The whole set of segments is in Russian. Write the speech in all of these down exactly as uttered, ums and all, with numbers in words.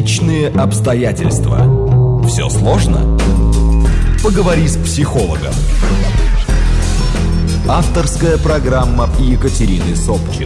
Личные обстоятельства. Все сложно? Поговори с психологом. Авторская программа Екатерины Собчик.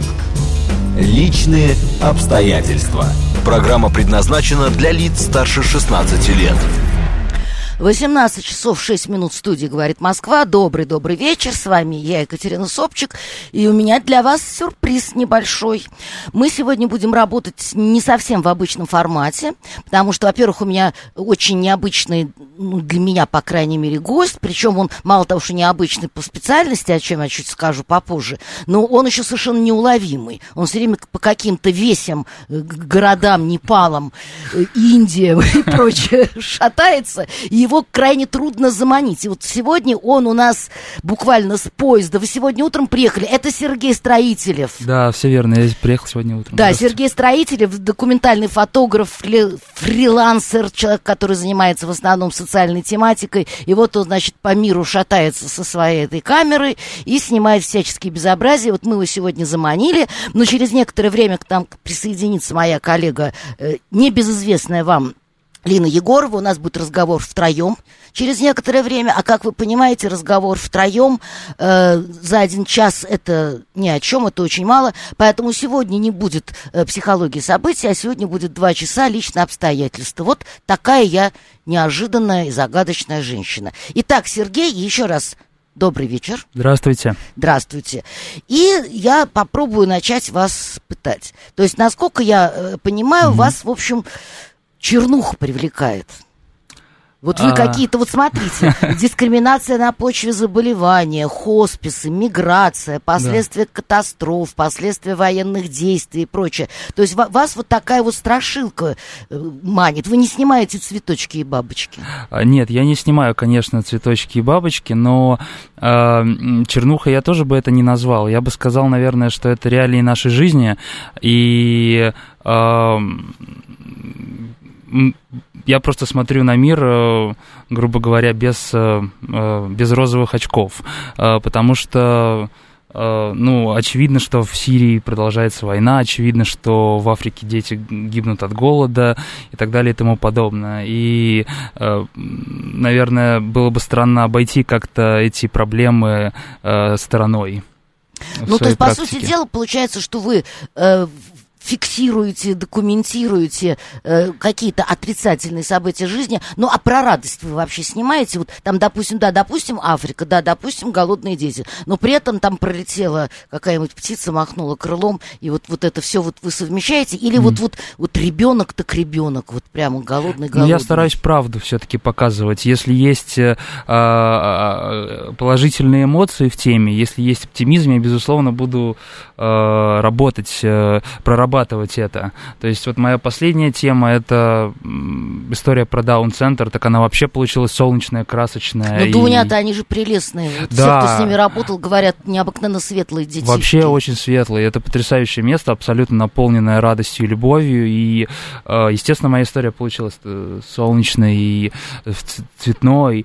Личные обстоятельства. Программа предназначена для лиц старше шестнадцати лет. восемнадцать часов шесть минут в студии «Говорит Москва». Добрый-добрый вечер. С вами я, Екатерина Собчик. И у меня для вас сюрприз небольшой. Мы сегодня будем работать не совсем в обычном формате, потому что, во-первых, у меня очень необычный, ну, для меня, по крайней мере, гость. Причем он мало того, что необычный по специальности, о чем я чуть скажу попозже, но он еще совершенно неуловимый. Он все время по каким-то весям, городам, Непалам, Индии и прочее шатается, и его крайне трудно заманить. И вот сегодня он у нас буквально с поезда. Вы сегодня утром приехали. Это Сергей Строителев. Да, все верно. Я приехал сегодня утром. Да, Сергей Строителев, документальный фотограф, фри- фрилансер, человек, который занимается в основном социальной тематикой. И вот он, значит, по миру шатается со своей этой камерой и снимает всяческие безобразия. Вот мы его сегодня заманили. Но через некоторое время к нам присоединится моя коллега, э, небезызвестная вам, Лина Егорова. У нас будет разговор втроем через некоторое время. А как вы понимаете, разговор втроем э, за один час это ни о чем, это очень мало. Поэтому сегодня не будет э, психологии событий, а сегодня будет два часа личные обстоятельства. Вот такая я неожиданная и загадочная женщина. Итак, Сергей, еще раз добрый вечер. Здравствуйте. Здравствуйте. И я попробую начать вас пытать. То есть, насколько я э, понимаю, mm-hmm. вас, в общем, чернуха привлекает. Вот вы а... какие-то, вот смотрите, дискриминация на почве заболевания, хосписы, миграция, последствия да. катастроф, последствия военных действий и прочее. То есть вас вот такая вот страшилка манит. Вы не снимаете цветочки и бабочки? Нет, я не снимаю, конечно, цветочки и бабочки, но э, чернуха я тоже бы это не назвал. Я бы сказал, наверное, что это реалии нашей жизни, и... Э, я просто смотрю на мир, грубо говоря, без, без розовых очков, потому что, ну, очевидно, что в Сирии продолжается война, очевидно, что в Африке дети гибнут от голода и так далее и тому подобное. И, наверное, было бы странно обойти как-то эти проблемы стороной. Ну, то есть, практике. По сути дела, получается, что вы... фиксируете, документируете э, какие-то отрицательные события жизни. Ну, а про радость вы вообще снимаете? Вот там, допустим, да, допустим, Африка, да, допустим, голодные дети, но при этом там пролетела какая-нибудь птица, махнула крылом, и вот, вот это все вот вы совмещаете? Или mm. вот, вот, вот ребенок так ребенок, вот прямо голодный, голодный? Ну, я стараюсь правду все-таки показывать. Если есть э, э, положительные эмоции в теме, если есть оптимизм, я, безусловно, буду э, работать, э, прорабатывать это. То есть вот моя последняя тема — это история про Даун-центр, так она вообще получилась солнечная, красочная. Ну, и... Дуня-то, они же прелестные. Вот да. Все, кто с ними работал, говорят, необыкновенно светлые дети. Вообще очень светлые. Это потрясающее место, абсолютно наполненное радостью и любовью. И, естественно, моя история получилась солнечной и цветной.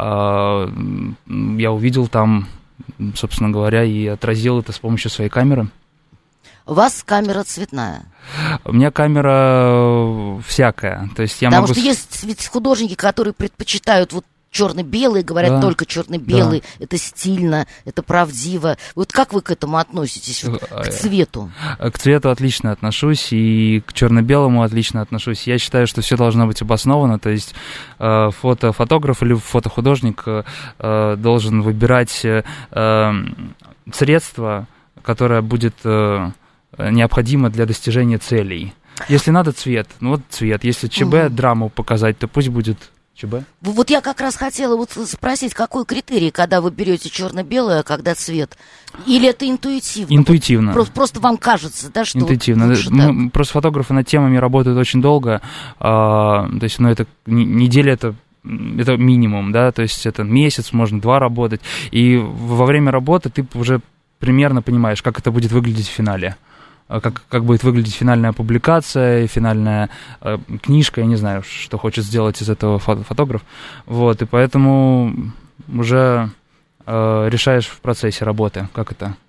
Я увидел там, собственно говоря, и отразил это с помощью своей камеры. У вас камера цветная? У меня камера всякая. То есть я Потому могу... что есть ведь художники, которые предпочитают вот черно-белый, говорят, да, только черно-белый, да. Это стильно, это правдиво. Вот как вы к этому относитесь, вот, к цвету? К цвету отлично отношусь, и к черно-белому отлично отношусь. Я считаю, что все должно быть обосновано, то есть э, фотофотограф или фотохудожник э, должен выбирать э, средство, которое будет... Э, необходимо для достижения целей. Если надо цвет, ну вот цвет. Если ЧБ, угу. драму показать, то пусть будет ЧБ. Вот я как раз хотела вот спросить, какой критерий, когда вы берете черно-белое, а когда цвет? Или это интуитивно? Интуитивно. Просто, просто вам кажется, да, что... Интуитивно. Вот Мы, просто фотографы над темами работают очень долго. А, то есть, ну, это неделя, это... это минимум, да, то есть это месяц, можно два работать. И во время работы ты уже примерно понимаешь, как это будет выглядеть в финале. Как, как будет выглядеть финальная публикация, финальная э, книжка, я не знаю, что хочет сделать из этого фото- фотограф. Вот, и поэтому уже э, решаешь в процессе работы, как это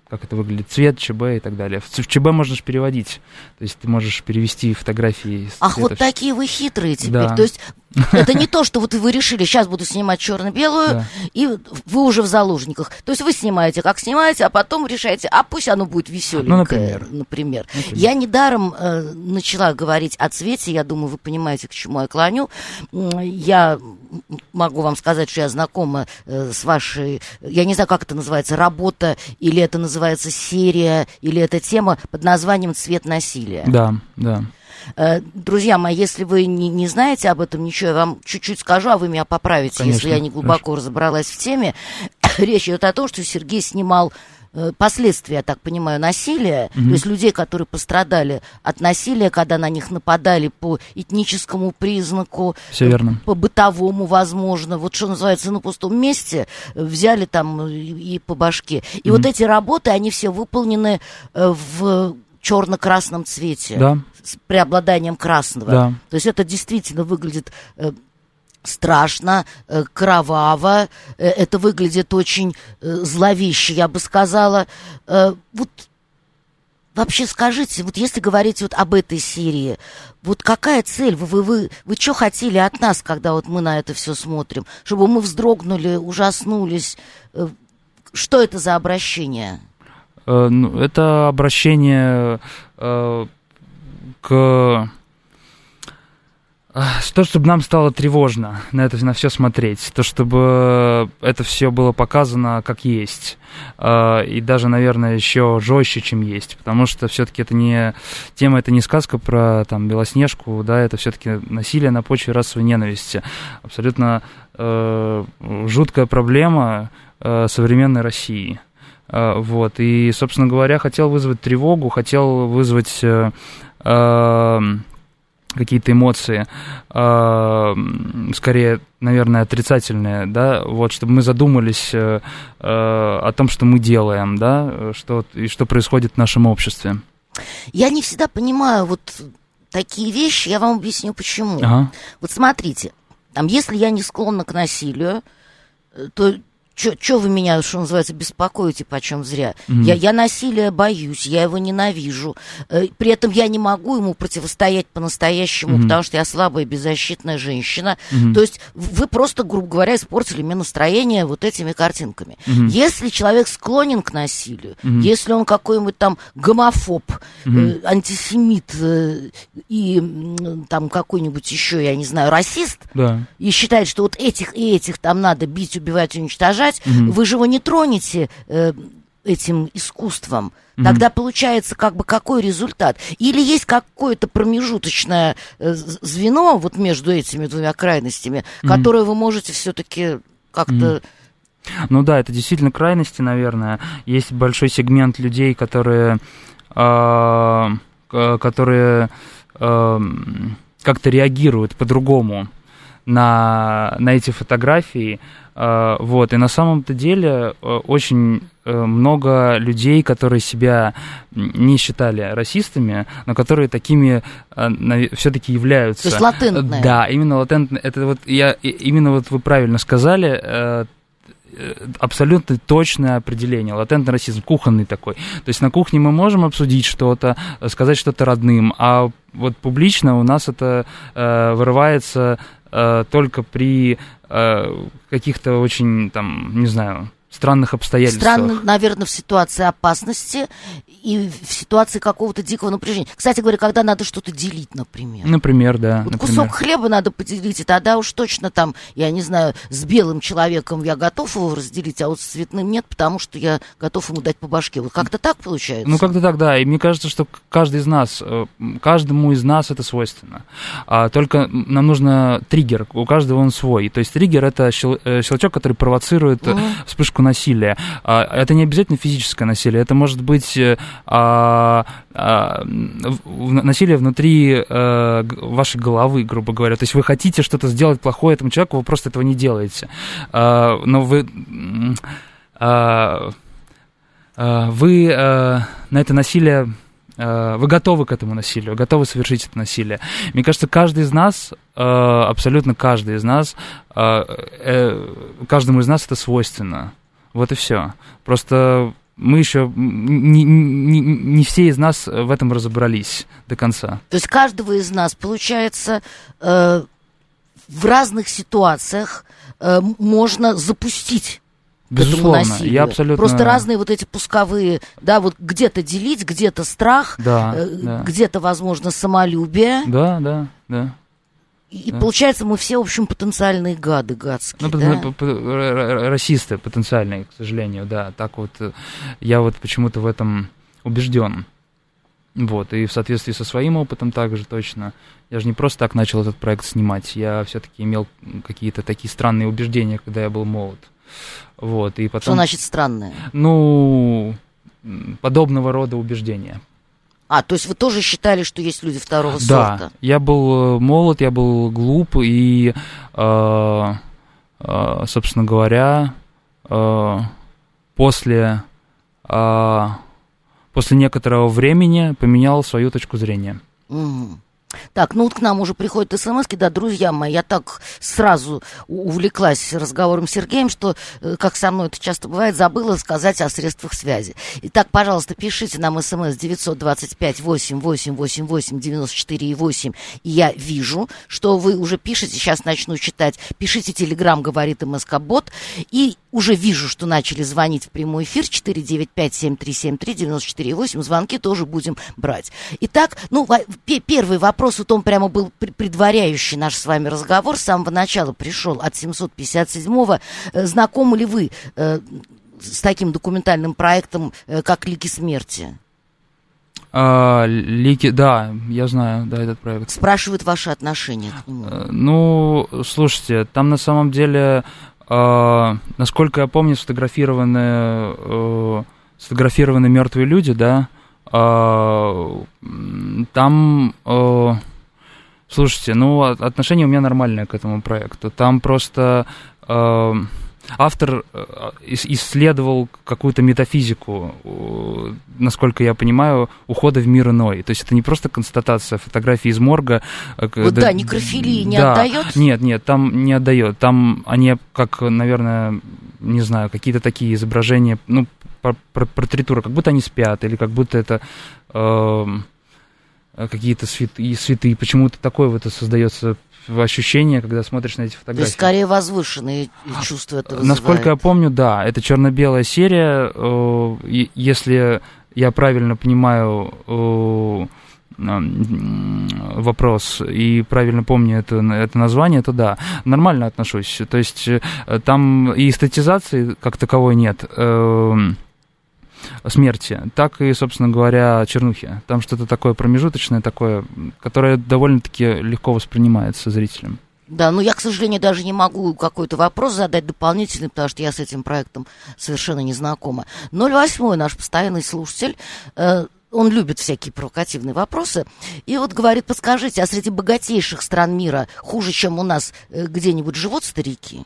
как это выглядит, цвет, ЧБ и так далее. В ЧБ можешь переводить, то есть ты можешь перевести фотографии. Ах, вот такие вы хитрые теперь, да. То есть это не то, что вот вы решили, сейчас буду снимать черно-белую, да. И вы уже в заложниках. То есть вы снимаете, как снимаете, а потом решаете, а пусть оно будет веселенькое, ну, например. например. например. Я недаром э, начала говорить о цвете, я думаю, вы понимаете, к чему я клоню. Я могу вам сказать, что я знакома э, с вашей, я не знаю, как это называется, работа, или это называется серия, или это тема под названием «Цвет насилия». Да, да. Друзья мои, если вы не, не знаете об этом ничего, я вам чуть-чуть скажу, а вы меня поправите, конечно, если я не глубоко хорошо. разобралась в теме. Речь идет о том, что Сергей снимал э, последствия, я так понимаю, насилия, угу. То есть людей, которые пострадали от насилия, когда на них нападали по этническому признаку, все верно. По бытовому, возможно, вот что называется, на пустом месте, взяли там и, и по башке. И угу. вот эти работы, они все выполнены э, в черно-красном цвете. Да. С преобладанием красного. Да. То есть это действительно выглядит э, страшно, э, кроваво, э, это выглядит очень э, зловеще, я бы сказала. Э, вот вообще скажите, вот если говорить вот об этой серии, вот какая цель? Вы, вы, вы, вы что хотели от нас, когда вот мы на это все смотрим? Чтобы мы вздрогнули, ужаснулись? Э, что это за обращение? Э, ну, это обращение... Э, к то, чтобы нам стало тревожно на это, на все смотреть, то, чтобы это все было показано как есть, и даже, наверное, еще жестче, чем есть, потому что все-таки это не тема, это не сказка про там Белоснежку, да, это все-таки насилие на почве расовой ненависти, абсолютно э, жуткая проблема э, современной России. Вот, и, собственно говоря, хотел вызвать тревогу, хотел вызвать э, э, какие-то эмоции, э, скорее, наверное, отрицательные, да, вот, чтобы мы задумались э, э, о том, что мы делаем, да, что, и что происходит в нашем обществе. Я не всегда понимаю вот такие вещи, я вам объясню, почему. Ага. Вот смотрите, там, если я не склонна к насилию, то... Что вы меня, что называется, беспокоите почем зря? Mm-hmm. Я, я насилия боюсь, я его ненавижу. При этом я не могу ему противостоять по-настоящему, mm-hmm. потому что я слабая, беззащитная женщина. Mm-hmm. То есть вы просто, грубо говоря, испортили мне настроение вот этими картинками. Mm-hmm. Если человек склонен к насилию, mm-hmm. если он какой-нибудь там гомофоб, mm-hmm. э, антисемит э, и э, там какой-нибудь еще, я не знаю, расист, yeah. и считает, что вот этих и этих там надо бить, убивать, уничтожать, Mm-hmm. вы же его не тронете э, этим искусством. Mm-hmm. Тогда получается как бы какой результат? Или есть какое-то промежуточное э, звено вот между этими двумя крайностями, mm-hmm. которое вы можете все-таки как-то... Mm-hmm. Ну да, это действительно крайности, наверное. Есть большой сегмент людей, которые, э, которые э, как-то реагируют по-другому на, на эти фотографии. Вот, и на самом-то деле очень много людей, которые себя не считали расистами, но которые такими все-таки являются. То есть латентные. Да, именно латентные. Это вот я, именно вот вы правильно сказали, абсолютно точное определение. Латентный расизм, кухонный такой. То есть на кухне мы можем обсудить что-то, сказать что-то родным, а вот публично у нас это э, вырывается э, только при э, каких-то очень, там, не знаю, странных обстоятельствах. Странно, наверное, в ситуации опасности и в ситуации какого-то дикого напряжения. Кстати говоря, когда надо что-то делить, например. Например, да. Вот например. Кусок хлеба надо поделить, и тогда уж точно там, я не знаю, с белым человеком я готов его разделить, а вот с цветным нет, потому что я готов ему дать по башке. Вот как-то так получается? Ну, как-то так, да. И мне кажется, что каждый из нас, каждому из нас это свойственно. А только нам нужно триггер, у каждого он свой. То есть триггер — это щелчок, который провоцирует угу. вспышку насилия. Это не обязательно физическое насилие, это может быть а, а, насилие внутри а, вашей головы, грубо говоря. То есть вы хотите что-то сделать плохое этому человеку, вы просто этого не делаете. А, но вы, а, а, вы а, на это насилие, а, вы готовы к этому насилию, готовы совершить это насилие. Мне кажется, каждый из нас, а, абсолютно каждый из нас, а, э, каждому из нас это свойственно. Вот и все. Просто мы еще не, не, не все из нас в этом разобрались до конца. То есть каждого из нас, получается, э, в разных ситуациях э, можно запустить. Безусловно, я абсолютно... Просто разные вот эти пусковые, да, вот где-то делить, где-то страх, да, э, да. где-то, возможно, самолюбие. Да, да, да. И да. получается, мы все, в общем, потенциальные гады, гадские, ну, да? по- по- расисты потенциальные, к сожалению, да. Так вот, я вот почему-то в этом убежден. Вот, и в соответствии со своим опытом также точно. Я же не просто так начал этот проект снимать, я все-таки имел какие-то такие странные убеждения, когда я был молод. Вот, и потом... Что значит странное? Ну, подобного рода убеждения. А, то есть вы тоже считали, что есть люди второго да, сорта? Я был молод, я был глуп, и, э, э, собственно говоря, э, после, э, после некоторого времени поменял свою точку зрения. Угу. Так, ну вот к нам уже приходят смски, да, друзья мои, я так сразу увлеклась разговором с Сергеем, что, как со мной это часто бывает, забыла сказать о средствах связи. Итак, пожалуйста, пишите нам смс девятьсот двадцать пять восемь восемь восемь восемь девяносто четыре восемь, и я вижу, что вы уже пишете, сейчас начну читать. Пишите телеграм, говорит МСК-бот, и уже вижу, что начали звонить в прямой эфир четыре девять пять семь три семь три девяносто четыре восемь, звонки тоже будем брать. Итак, ну, первый вопрос. Вопрос вот он прямо был предваряющий наш с вами разговор, с самого начала пришел от семьсот пятьдесят седьмого. Знакомы ли вы э, с таким документальным проектом, э, как «Лики смерти»? А, лики, да, я знаю, да, этот проект. Спрашивают ваши отношения к нему. Ну, слушайте, там на самом деле, э, насколько я помню, сфотографированы, э, сфотографированы мертвые люди, да. Там, э, слушайте, ну, отношение у меня нормальное к этому проекту. Там просто э, автор исследовал какую-то метафизику, э, насколько я понимаю, ухода в мир иной. То есть это не просто констатация фотографий из морга. Вот да, да, некрофилии не да, отдает? Нет, нет, там не отдает. Там они, как, наверное, не знаю, какие-то такие изображения, ну, портретура, как будто они спят, или как будто это э, какие-то святые, святые. Почему-то такое вот создается ощущение, когда смотришь на эти фотографии. То есть скорее возвышенные чувства это вызывает. Насколько я помню, да, это черно-белая серия. Э, если я правильно понимаю э, вопрос и правильно помню это, это название, то да, нормально отношусь. То есть там и эстетизации как таковой нет, э, смерти, так и, собственно говоря, чернухи. Там что-то такое промежуточное, такое, которое довольно-таки легко воспринимается зрителем. Да, но я, к сожалению, даже не могу какой-то вопрос задать дополнительный, потому что я с этим проектом совершенно не знакома. ноль восемь наш постоянный слушатель, э, он любит всякие провокативные вопросы, и вот говорит, подскажите, а среди богатейших стран мира хуже, чем у нас, э, где-нибудь живут старики?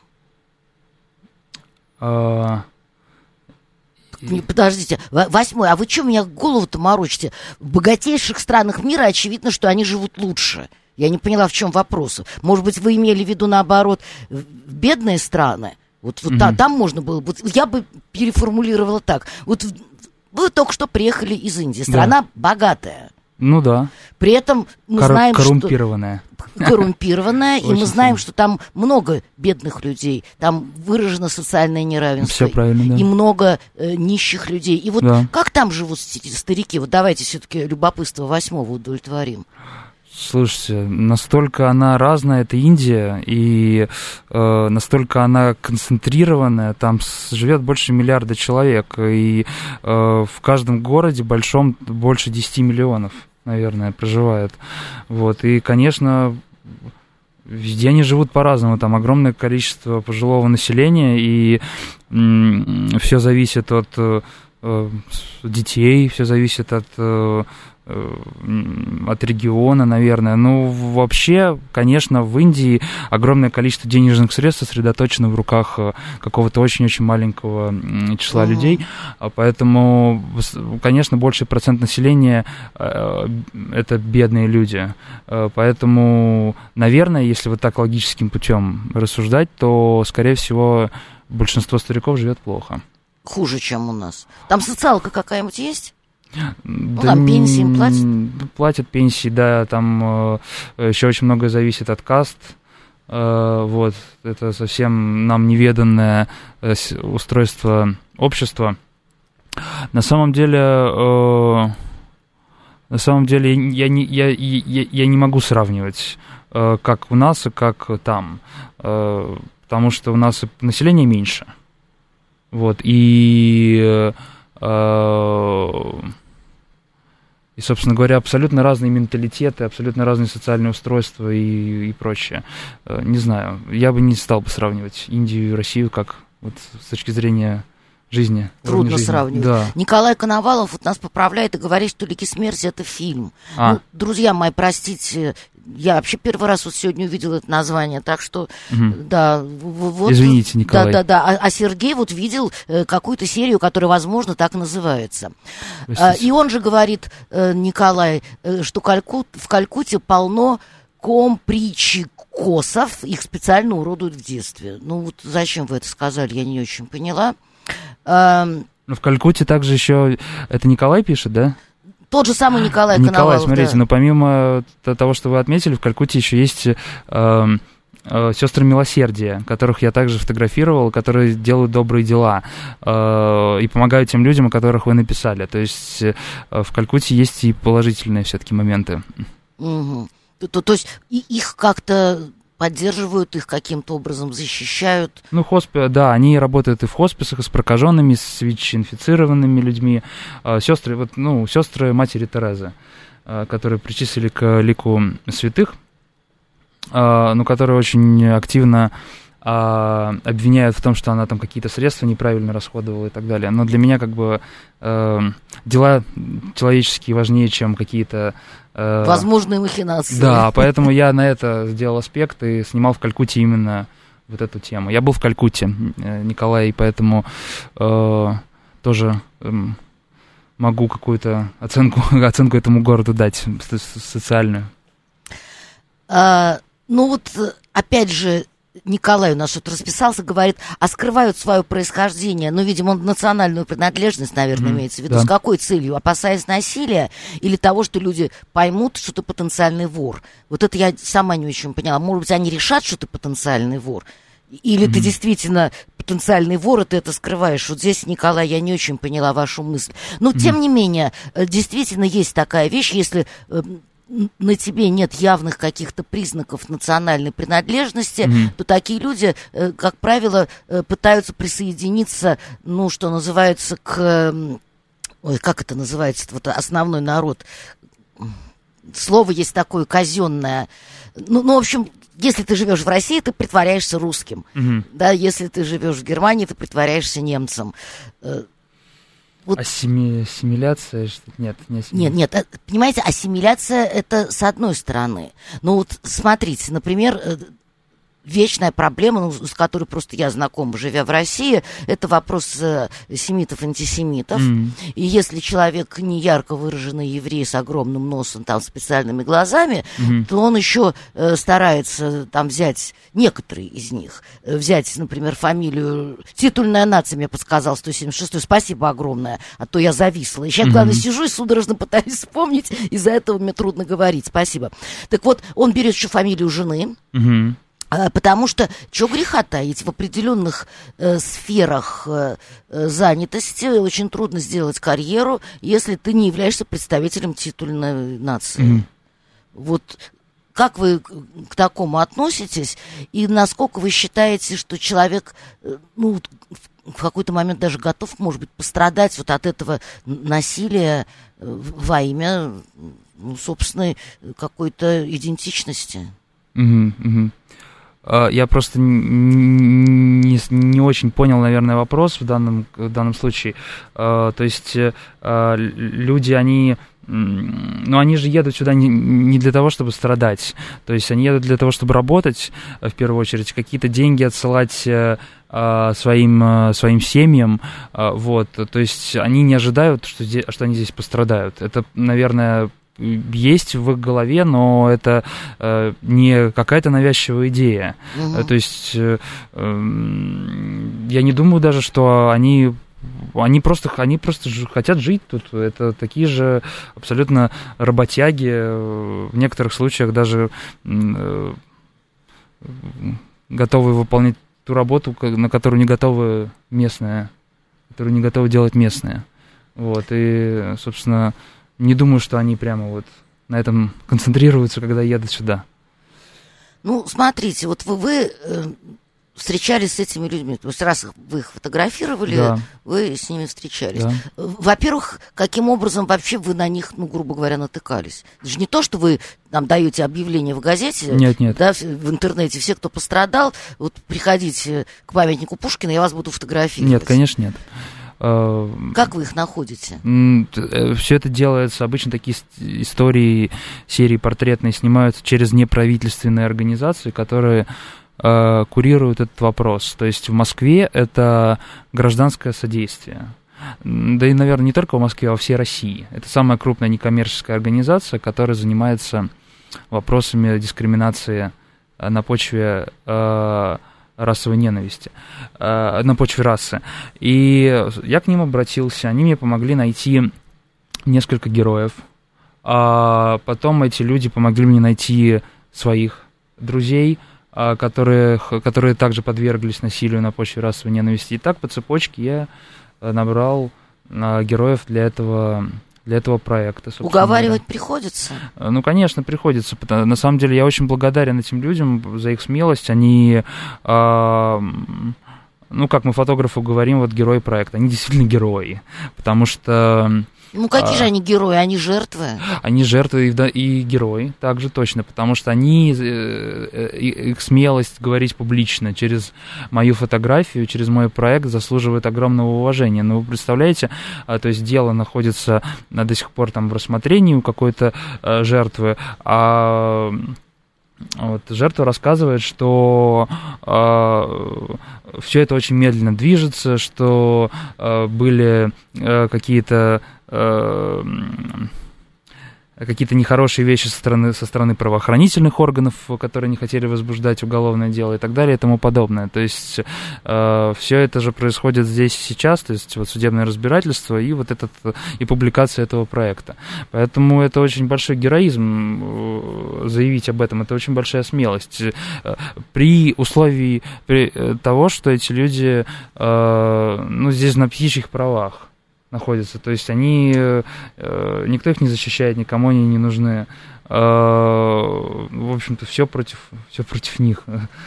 А... Подождите, восьмой, а вы что меня голову-то морочите? В богатейших странах мира очевидно, что они живут лучше. Я не поняла, в чем вопрос. Может быть, вы имели в виду, наоборот, бедные страны? Вот, вот mm-hmm. та, там можно было бы... Я бы переформулировала так. Вот вы только что приехали из Индии. Страна да. богатая. Ну да. При этом мы Кор- знаем, коррумпированная. что... Коррумпированная. И мы знаем, что там много бедных людей. Там выражено социальное неравенство. Все правильно, да. И много э, нищих людей. И вот да. как там живут старики? Вот давайте все-таки любопытство восьмого удовлетворим. Слушайте, настолько она разная, это Индия, и э, настолько она концентрированная, там живет больше миллиарда человек, и э, в каждом городе большом больше десять миллионов, наверное, проживает. Вот, и, конечно, везде они живут по-разному, там огромное количество пожилого населения, и м- все зависит от э, детей, все зависит от... Э, от региона, наверное. Ну, вообще, конечно, в Индии огромное количество денежных средств сосредоточено в руках какого-то очень-очень маленького числа uh-huh. людей, поэтому, конечно, больший процент населения — это бедные люди. Поэтому, наверное, если вот так логическим путем рассуждать, то, скорее всего, большинство стариков живет плохо. хуже, чем у нас? Там социалка какая-нибудь есть? Да, ну, там пенсии им платят? Платят пенсии, да, там э, еще очень многое зависит от каст. Э, вот, это совсем нам неведанное э, устройство общества. На самом деле, э, на самом деле я не, я, я, я не могу сравнивать, э, как у нас и как там, э, потому что у нас население меньше. Вот, и... Э, И, собственно говоря, абсолютно разные менталитеты, абсолютно разные социальные устройства и, и прочее. Не знаю, я бы не стал бы сравнивать Индию и Россию как вот с точки зрения жизни. Трудно жизни. сравнивать. Да. Николай Коновалов вот нас поправляет и говорит, что «Лики смерти» — это фильм. А. Ну, друзья мои, простите, я вообще первый раз вот сегодня увидела это название, так что, угу. да. Вот, извините, Николай. Да, да, да. А, а Сергей вот видел э, какую-то серию, которая, возможно, так называется. А, и он же говорит, э, Николай, э, что Калькут, в Калькутте полно компричикосов, их специально уродуют в детстве. Ну вот зачем вы это сказали, я не очень поняла. А, в Калькутте также еще, это Николай пишет, да? Тот же самый Николай Коновалов. Николай, смотрите, да. но помимо того, что вы отметили, в Калькутте еще есть э, э, сестры милосердия, которых я также фотографировал, которые делают добрые дела э, и помогают тем людям, о которых вы написали. То есть э, в Калькутте есть и положительные все-таки моменты. Угу. То, то есть и их как-то поддерживают, их каким-то образом защищают? Ну, хоспи, да, они работают и в хосписах, и с прокаженными, с ВИЧ-инфицированными людьми. Сестры, вот, ну, сестры матери Терезы, которые причислили к лику святых, ну, которые очень активно обвиняют в том, что она там какие-то средства неправильно расходовала и так далее. Но для меня как бы дела человеческие важнее, чем какие-то... возможные махинации. Да, поэтому я на это сделал аспект и снимал в Калькутте именно вот эту тему. Я был в Калькутте, Николай, и поэтому э, тоже э, могу какую-то оценку, оценку этому городу дать, социальную. А, ну вот, опять же, Николай у нас что-то расписался, говорит, а скрывают свое происхождение, ну, видимо, он национальную принадлежность, наверное, mm, имеется в виду. Да. С какой целью? Опасаясь насилия или того, что люди поймут, что ты потенциальный вор? Вот это я сама не очень поняла. Может быть, они решат, что ты потенциальный вор? Или mm-hmm. ты действительно потенциальный вор, и ты это скрываешь? Вот здесь, Николай, я не очень поняла вашу мысль. Но, mm-hmm. тем не менее, действительно есть такая вещь, если... на тебе нет явных каких-то признаков национальной принадлежности, mm-hmm. то такие люди, как правило, пытаются присоединиться, ну, что называется, к... Ой, как это называется, вот основной народ. Слово есть такое казенное. Ну, ну, в общем, если ты живешь в России, ты притворяешься русским. Mm-hmm. Да, если ты живешь в Германии, ты притворяешься немцем. Вот. Ассими... Ассимиляция? Нет, не ассимиляция. Нет, нет, понимаете, ассимиляция это с одной стороны. Но вот смотрите, например, вечная проблема, ну, с которой просто я знакома, живя в России, это вопрос э, семитов-антисемитов. Mm. И если человек не ярко выраженный еврей с огромным носом, там, специальными глазами, mm-hmm. то он еще э, старается там взять, некоторые из них, э, взять, например, фамилию, титульная нация мне подсказал, сто семьдесят шестой, спасибо огромное, а то я зависла. И сейчас, mm-hmm. главное, сижу и судорожно пытаюсь вспомнить, из-за этого мне трудно говорить, спасибо. Так вот, он берет еще фамилию жены, mm-hmm. Потому что, чего греха таить, в определенных э, сферах э, занятости очень трудно сделать карьеру, если ты не являешься представителем титульной нации. Mm-hmm. Вот как вы к такому относитесь, и насколько вы считаете, что человек, э, ну, в какой-то момент даже готов, может быть, пострадать вот от этого насилия э, во имя, ну, собственной какой-то идентичности? Mm-hmm. Mm-hmm. Я просто не, не очень понял, наверное, вопрос в данном, в данном случае. То есть люди, они, ну, они же едут сюда не, не для того, чтобы страдать. То есть они едут для того, чтобы работать, в первую очередь, какие-то деньги отсылать своим, своим семьям. Вот. То есть они не ожидают, что, здесь, что они здесь пострадают. Это, наверное, есть в их голове, но это э, не какая-то навязчивая идея. Угу. То есть э, э, я не думаю даже, что они они просто, они просто ж, хотят жить тут. Это такие же абсолютно работяги, в некоторых случаях даже э, готовы выполнять ту работу, на которую не готовы местные, которую не готовы делать местные. Вот, и, собственно, не думаю, что они прямо вот на этом концентрируются, когда едут сюда. Ну, смотрите, вот вы, вы э, встречались с этими людьми, то есть раз вы их фотографировали, да. Вы с ними встречались. Да. Во-первых, каким образом вообще вы на них, ну, грубо говоря, натыкались? Это же не то, что вы нам даете объявление в газете, нет, нет. Да, в интернете, все, кто пострадал, вот приходите к памятнику Пушкина, я вас буду фотографировать. Нет, конечно, нет. Как вы их находите? Все это делается, обычно такие истории, серии портретные снимаются через неправительственные организации, которые э, курируют этот вопрос. То есть в Москве это гражданское содействие. Да и, наверное, не только в Москве, а во всей России. Это самая крупная некоммерческая организация, которая занимается вопросами дискриминации на почве э, расовой ненависти, э, на почве расы. И я к ним обратился, они мне помогли найти несколько героев, а потом эти люди помогли мне найти своих друзей, э, которые, которые также подверглись насилию на почве расовой ненависти. И так по цепочке я набрал э, героев для этого для этого проекта. Уговаривать говоря. Приходится? Ну, конечно, приходится. Потому, на самом деле, я очень благодарен этим людям за их смелость. Они, э, ну, как мы фотографу говорим, вот герои проекта, они действительно герои. Потому что... Ну, какие а, же они герои? Они жертвы? Они жертвы и, да, и герои, также точно, потому что они, их смелость говорить публично через мою фотографию, через мой проект заслуживает огромного уважения. Но вы представляете, то есть дело находится до сих пор там в рассмотрении у какой-то жертвы, а... Вот, жертва рассказывает, что э, все это очень медленно движется, что э, были э, какие-то э, какие-то нехорошие вещи со стороны, со стороны правоохранительных органов, которые не хотели возбуждать уголовное дело и так далее и тому подобное. То есть э, все это же происходит здесь и сейчас, то есть вот судебное разбирательство и вот этот, и публикация этого проекта. Поэтому это очень большой героизм заявить об этом, это очень большая смелость. При условии при того, что эти люди э, ну, здесь на птичьих правах находятся, то есть они, э, никто их не защищает, никому они не нужны. Э, в общем-то, все против, все против них.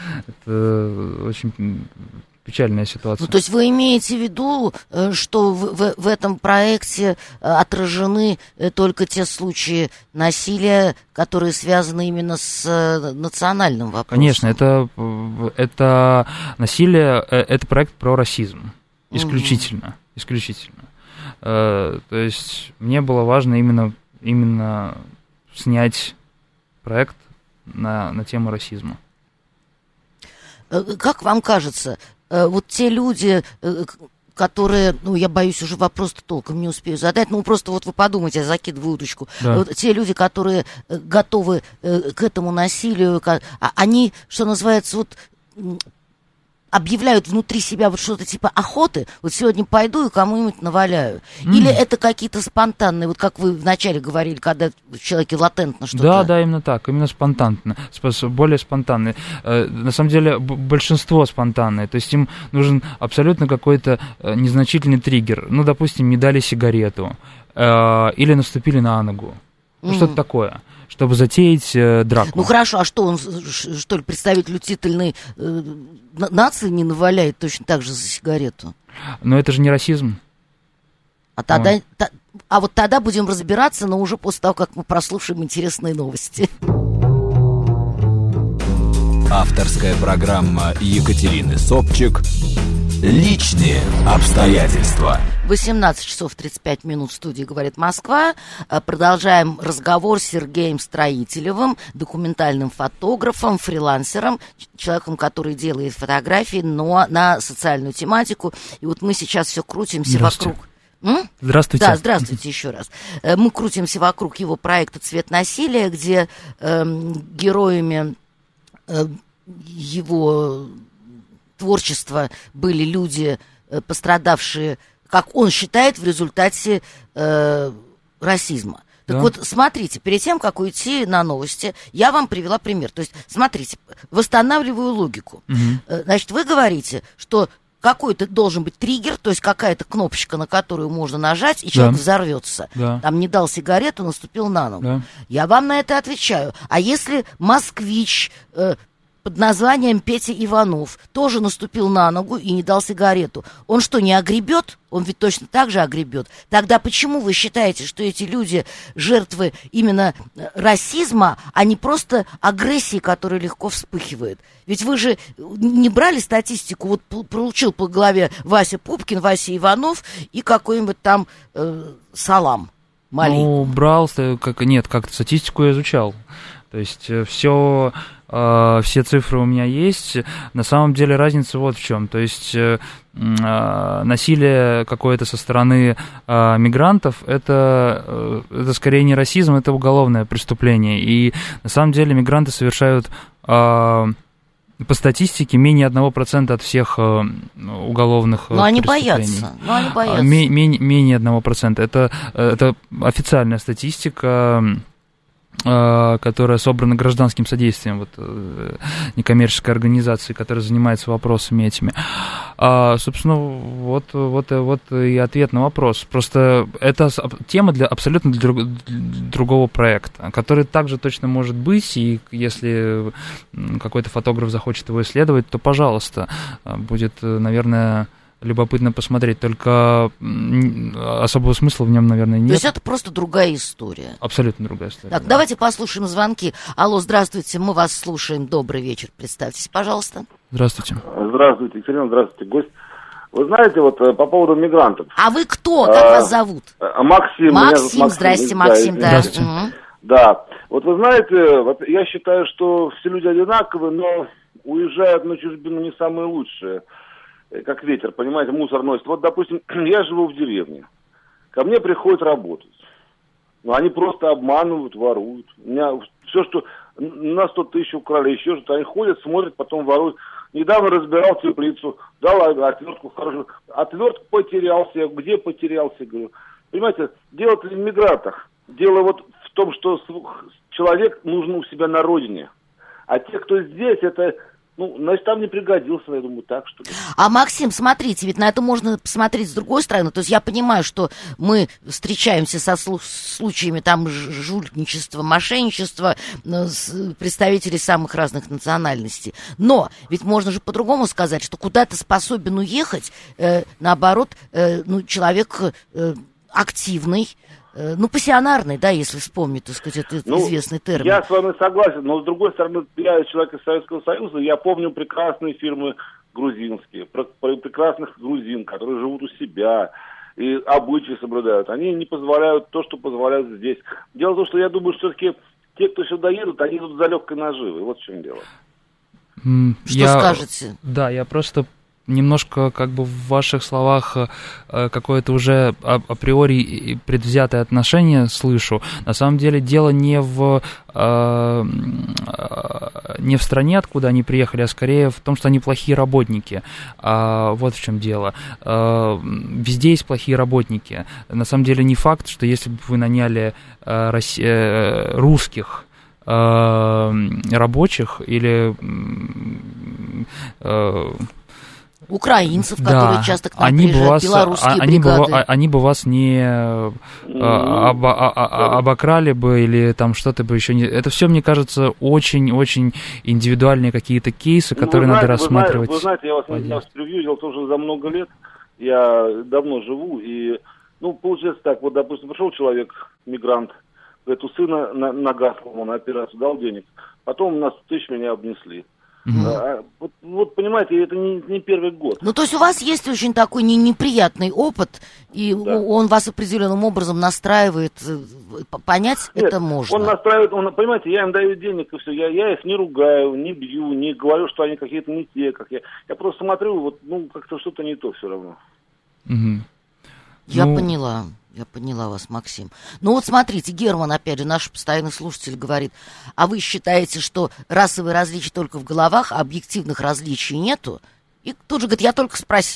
Это очень печальная ситуация. Ну, то есть вы имеете в виду, что в, в, в этом проекте отражены только те случаи насилия, которые связаны именно с национальным вопросом? Конечно, это, это насилие, это проект про расизм. Исключительно. Угу. Исключительно. То есть мне было важно именно, именно снять проект на, на тему расизма. Как вам кажется, вот те люди, которые, ну, я боюсь, уже вопрос-то толком не успею задать, ну, просто вот вы подумайте, я закидываю удочку, да. Вот те люди, которые готовы к этому насилию, они, что называется, вот... объявляют внутри себя вот что-то типа охоты, вот сегодня пойду и кому-нибудь наваляю. Mm. Или это какие-то спонтанные, вот как вы вначале говорили, когда в человеке латентно что-то... Да, да, именно так, именно спонтанно, более спонтанные. На самом деле большинство спонтанные, то есть им нужен абсолютно какой-то незначительный триггер. Ну, допустим, не дали сигарету или наступили на ногу. Ну, mm. что-то такое, чтобы затеять э, драку. Ну, хорошо, а что он, что ли, представителю титульной э, нации не наваляет точно так же за сигарету? Но это же не расизм. А, тогда, та, а вот тогда будем разбираться, но уже после того, как мы прослушаем интересные новости. Авторская программа Екатерины Собчик «Личные обстоятельства». восемнадцать часов тридцать пять минут в студии «Говорит Москва». Продолжаем разговор с Сергеем Строителевым, документальным фотографом, фрилансером, человеком, который делает фотографии, но на социальную тематику. И вот мы сейчас все крутимся вокруг... М? Здравствуйте. Да, здравствуйте еще раз. Мы крутимся вокруг его проекта «Цвет насилия», где э, героями э, его... творчества были люди, пострадавшие как он считает, в результате э, расизма. Так да. Вот, смотрите, перед тем, как уйти на новости, я вам привела пример. То есть, смотрите, восстанавливаю логику. Угу. Значит, вы говорите, что какой-то должен быть триггер, то есть какая-то кнопочка, на которую можно нажать, и человек да. взорвется. Да. Там не дал сигарету, наступил на ногу. Да. Я вам на это отвечаю. А если москвич... Э, под названием Петя Иванов тоже наступил на ногу и не дал сигарету, он что, не огребет? Он ведь точно так же огребет. Тогда почему вы считаете, что эти люди жертвы именно расизма, а не просто агрессии, которая легко вспыхивает? Ведь вы же не брали статистику, вот получил по голове Вася Пупкин, Вася Иванов и какой-нибудь там э, Салам маленький. Ну, брал, как, нет, как-то статистику я изучал. То есть все... все цифры у меня есть. На самом деле разница вот в чем. То есть насилие какое-то со стороны мигрантов это, это скорее не расизм, это уголовное преступление. И на самом деле мигранты совершают по статистике менее одного процента от всех уголовных но они преступлений. Боятся. Но они боятся. Менее, менее одного процента. Это, это официальная статистика, которая собрана гражданским содействием вот, некоммерческой организации, которая занимается вопросами этими. А, собственно, вот, вот, вот и ответ на вопрос. Просто это тема для абсолютно для друг, другого проекта, который также точно может быть, и если какой-то фотограф захочет его исследовать, то, пожалуйста, будет, наверное... любопытно посмотреть, только особого смысла в нем, наверное, нет. То есть это просто другая история. Абсолютно другая история. Так, да. Давайте послушаем звонки. Алло, здравствуйте, мы вас слушаем. Добрый вечер, представьтесь, пожалуйста. Здравствуйте. Здравствуйте, Екатерина, здравствуйте, гость. Вы знаете, вот по поводу мигрантов. А вы кто? Как а, вас зовут? Максим. Максим, Максим. Здрасте, Максим. Да, здравствуйте. Угу. Да, вот вы знаете, вот я считаю, что все люди одинаковы, но уезжают на чужбину не самые лучшие. Как ветер, понимаете, мусор носит. Вот, допустим, я живу в деревне. Ко мне приходят работать. Но они просто обманывают, воруют. У меня все, что на сто тысяч украли, еще что-то, они ходят, смотрят, потом воруют. Недавно разбирал теплицу, дал отвертку хорошую. Отвертку потерялся, я где потерялся, говорю. Понимаете, дело-то не в мигрантах. Дело вот в том, что человек нужен у себя на родине. А те, кто здесь, это... Ну, значит, там не пригодился, я думаю, так, что ли. А, Максим, смотрите, ведь на это можно посмотреть с другой стороны. То есть я понимаю, что мы встречаемся со случаями там жульничества, мошенничества с представителей самых разных национальностей. Но ведь можно же по-другому сказать, что куда-то способен уехать, э, наоборот, э, ну, человек э, активный, ну, пассионарный, да, если вспомнить, так сказать, это ну, известный термин. Я с вами согласен, но, с другой стороны, я человек из Советского Союза, я помню прекрасные фирмы грузинские, прекрасных грузин, которые живут у себя и обычаи соблюдают. Они не позволяют то, что позволяют здесь. Дело в том, что я думаю, что все-таки те, кто сюда едут, они идут за легкой наживой. Вот в чем дело. Что я, скажете? Да, я просто... немножко как бы в ваших словах э, какое-то уже а, априори предвзятое отношение слышу. На самом деле дело не в, э, не в стране, откуда они приехали, а скорее в том, что они плохие работники. А, вот в чем дело. А, везде есть плохие работники. На самом деле не факт, что если бы вы наняли э, рос, э, русских э, рабочих или э, украинцев, да, которые часто к нам они приезжают, вас, белорусские они бригады. Бы, они бы вас не об, обокрали бы или там что-то бы еще не... Это все, мне кажется, очень-очень индивидуальные какие-то кейсы, которые ну, знаете, надо рассматривать. Вы знаете, я вас, я вас превью, дело в том, что за много лет я давно живу, и, ну, получается так, вот, допустим, пришел человек, мигрант, говорит, у сына нога сломана, операцию, дал денег, потом на сто тысяч меня обнесли. Mm-hmm. А, вот, вот, понимаете, это не, не первый год. Ну, то есть у вас есть очень такой не, неприятный опыт, и да. он вас определенным образом настраивает, понять Нет, это можно. Он настраивает, он, понимаете, я им даю денег, и все, я, я их не ругаю, не бью, не говорю, что они какие-то не те, как я. Я просто смотрю, вот, ну, как-то что-то не то все равно. Mm-hmm. Я ну... поняла. Я поняла вас, Максим. Ну вот смотрите, Герман, опять же, наш постоянный слушатель говорит, а вы считаете, что расовые различия только в головах, а объективных различий нету? И тут же говорит, я только спросил.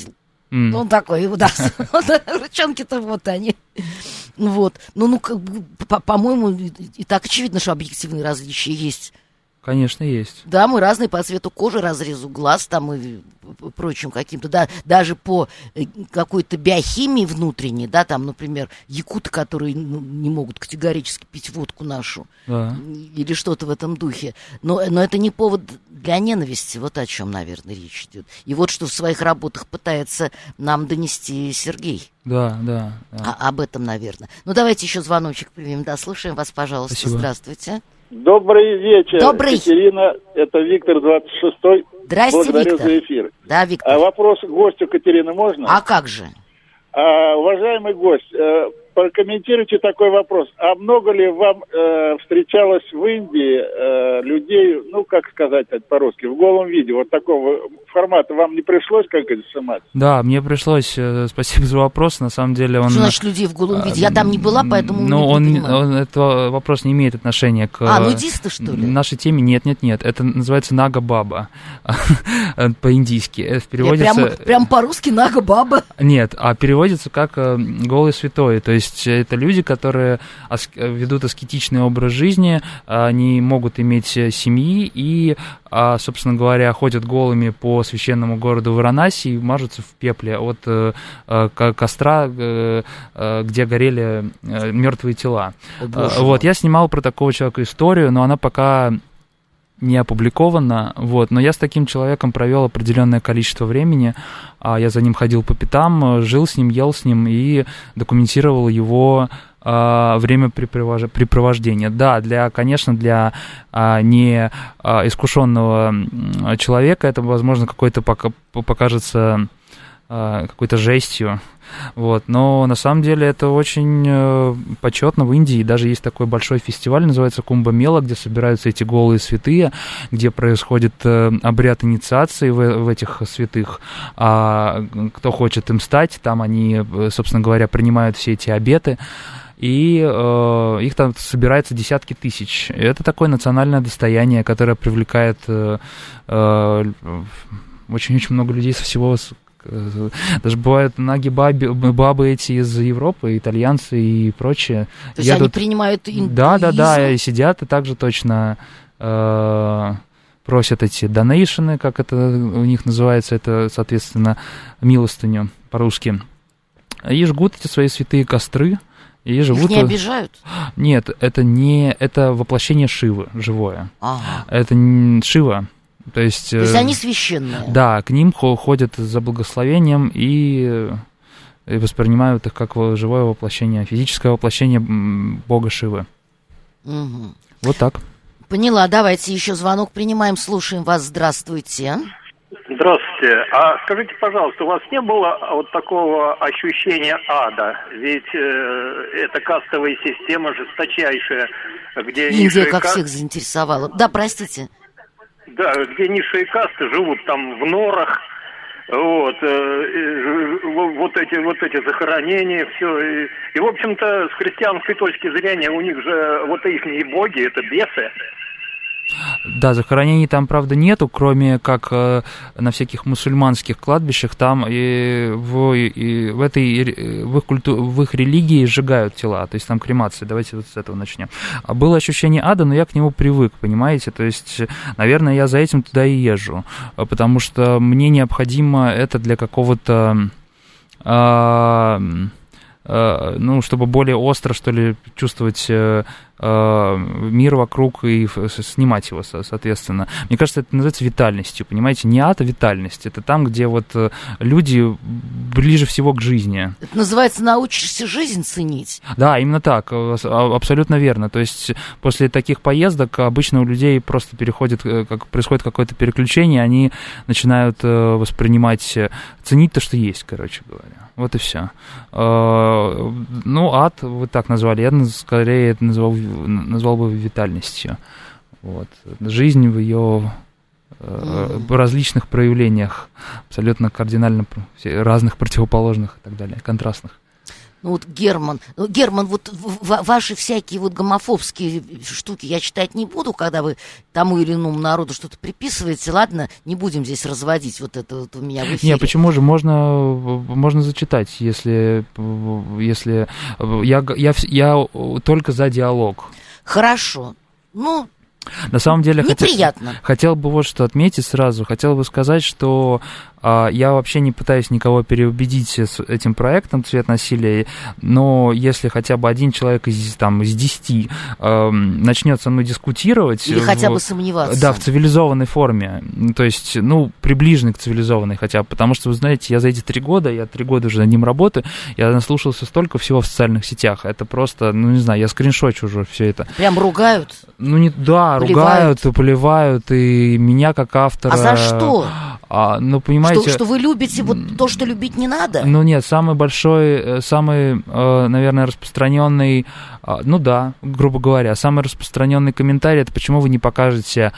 Mm. Он такой, да, ручонки-то вот они. Вот. Ну, ну, как бы, по-моему, и так очевидно, что объективные различия есть. Конечно, есть. Да, мы разные по цвету кожи, разрезу глаз там и прочим каким-то, да, даже по какой-то биохимии внутренней, да, там, например, якуты, которые ну, не могут категорически пить водку нашу, да. Или что-то в этом духе. Но, но это не повод для ненависти, вот о чем, наверное, речь идет. И вот что в своих работах пытается нам донести Сергей. Да, да. да. А, об этом, наверное. Ну, давайте еще звоночек примем, да, слушаем вас, пожалуйста. Спасибо. Здравствуйте. Добрый вечер, Добрый. Екатерина, это Виктор, двадцать шестой. Здрасте, Благодарю Виктор. за эфир. Да, Виктор. А вопрос гостю Катерины можно? А как же? А, уважаемый гость, э, прокомментируйте такой вопрос. А много ли вам э, встречалось в Индии э, людей, ну, как сказать это по-русски, в голом виде, вот такого формата вам не пришлось как-то снимать? Да, мне пришлось, э, спасибо за вопрос, на самом деле он... Что значит людей в голом виде? Я там не была, поэтому ну, не он, понимаю. он, этот вопрос не имеет отношения к... А, нудисты, что ли? Нашей теме нет, нет, нет, это называется нага-баба, по-индийски. Это переводится... Прям, прям по-русски нага-баба? Нет, а переводится как голый святой, то есть это люди, которые ведут аскетичный образ жизни, они могут иметь семьи и, собственно говоря, ходят голыми по священному городу Варанаси и мажутся в пепле от костра, где горели мертвые тела. Боже. Вот, я снимал про такого человека историю, но она пока не опубликована, вот, но я с таким человеком провел определенное количество времени, я за ним ходил по пятам, жил с ним, ел с ним и документировал его времяпрепровождения. Да, для, конечно, для не искушенного человека это, возможно, какой-то покажется какой-то жестью, вот, но на самом деле это очень э, почетно в Индии, даже есть такой большой фестиваль, называется Кумба-Мела, где собираются эти голые святые, где происходит э, обряд инициации в, в этих святых, а кто хочет им стать, там они, собственно говоря, принимают все эти обеты, и э, их там собирается десятки тысяч. И это такое национальное достояние, которое привлекает э, э, очень-очень много людей со всего. Даже бывают наги бабы, бабы эти из Европы, итальянцы и прочее. То есть едут... они принимают индуизм? Да, да, да, и сидят, и также точно э, просят эти донейшены, как это у них называется, это, соответственно, милостыню по-русски. И жгут эти свои святые костры. И живут... Их не обижают? Нет, это не... Это воплощение Шивы, живое. Ага. Это не Шива. То есть, То есть они священные? Да, к ним ходят за благословением и, и воспринимают их как живое воплощение, физическое воплощение бога Шивы. Угу. Вот так. Поняла, давайте еще звонок принимаем, слушаем вас, здравствуйте. Здравствуйте. А скажите, пожалуйста, у вас не было вот такого ощущения ада? Ведь э, это кастовая система жесточайшая, где... Индия как каст... всех заинтересовала. Да, простите. Да, где низшие касты живут там в норах, вот, э, вот эти вот эти захоронения, все. И, и, в общем-то, с христианской точки зрения у них же вот их боги, это бесы. Да, захоронений там, правда, нету, кроме как э, на всяких мусульманских кладбищах, там и в, и в этой в их, культу, в их религии сжигают тела, то есть там кремация, давайте вот с этого начнем. А было ощущение ада, но я к нему привык, понимаете, то есть, наверное, я за этим туда и езжу, потому что мне необходимо это для какого-то... Э, ну, чтобы более остро, что ли, чувствовать э, э, мир вокруг и снимать его, соответственно. Мне кажется, это называется витальностью, понимаете? Не ад, а витальность. Это там, где вот люди ближе всего к жизни. Это называется научишься жизнь ценить. Да, именно так, абсолютно верно. То есть после таких поездок обычно у людей просто переходит, как, происходит какое-то переключение, они начинают воспринимать, ценить то, что есть, короче говоря. Вот и все. Ну, ад вы так назвали, я скорее это назвал, назвал бы витальностью. Вот. Жизнь в ее mm-hmm. различных проявлениях, абсолютно кардинально разных, противоположных и так далее, контрастных. Ну вот Герман, ну, Герман, вот в, в, ваши всякие вот гомофобские штуки я читать не буду, когда вы тому или иному народу что-то приписываете. Ладно, не будем здесь разводить вот это вот у меня в эфире. Не, почему же? Можно, можно зачитать, если, если я, я, я только за диалог. Хорошо. Ну, на самом деле, неприятно. Хотел, хотел бы вот что отметить сразу. Хотел бы сказать, что а, я вообще не пытаюсь никого переубедить с этим проектом «Цвет насилия», но если хотя бы один человек из, там, из десяти а, начнет со мной дискутировать... Или в, хотя бы сомневаться. Да, в цивилизованной форме. То есть, ну, приближенной к цивилизованной хотя бы. Потому что, вы знаете, я за эти три года, я три года уже над ним работаю, я наслушался столько всего в социальных сетях. Это просто, ну, не знаю, я скриншочу уже все это. Прям ругают? Ну, не, да, поливают. ругают, поливают, и меня как автора... А за что? А, ну, понимаете... Что, что вы любите вот то, что любить не надо? Ну, нет, самый большой, самый, наверное, распространенный... Ну, да, грубо говоря, самый распространенный комментарий — это почему вы не покажете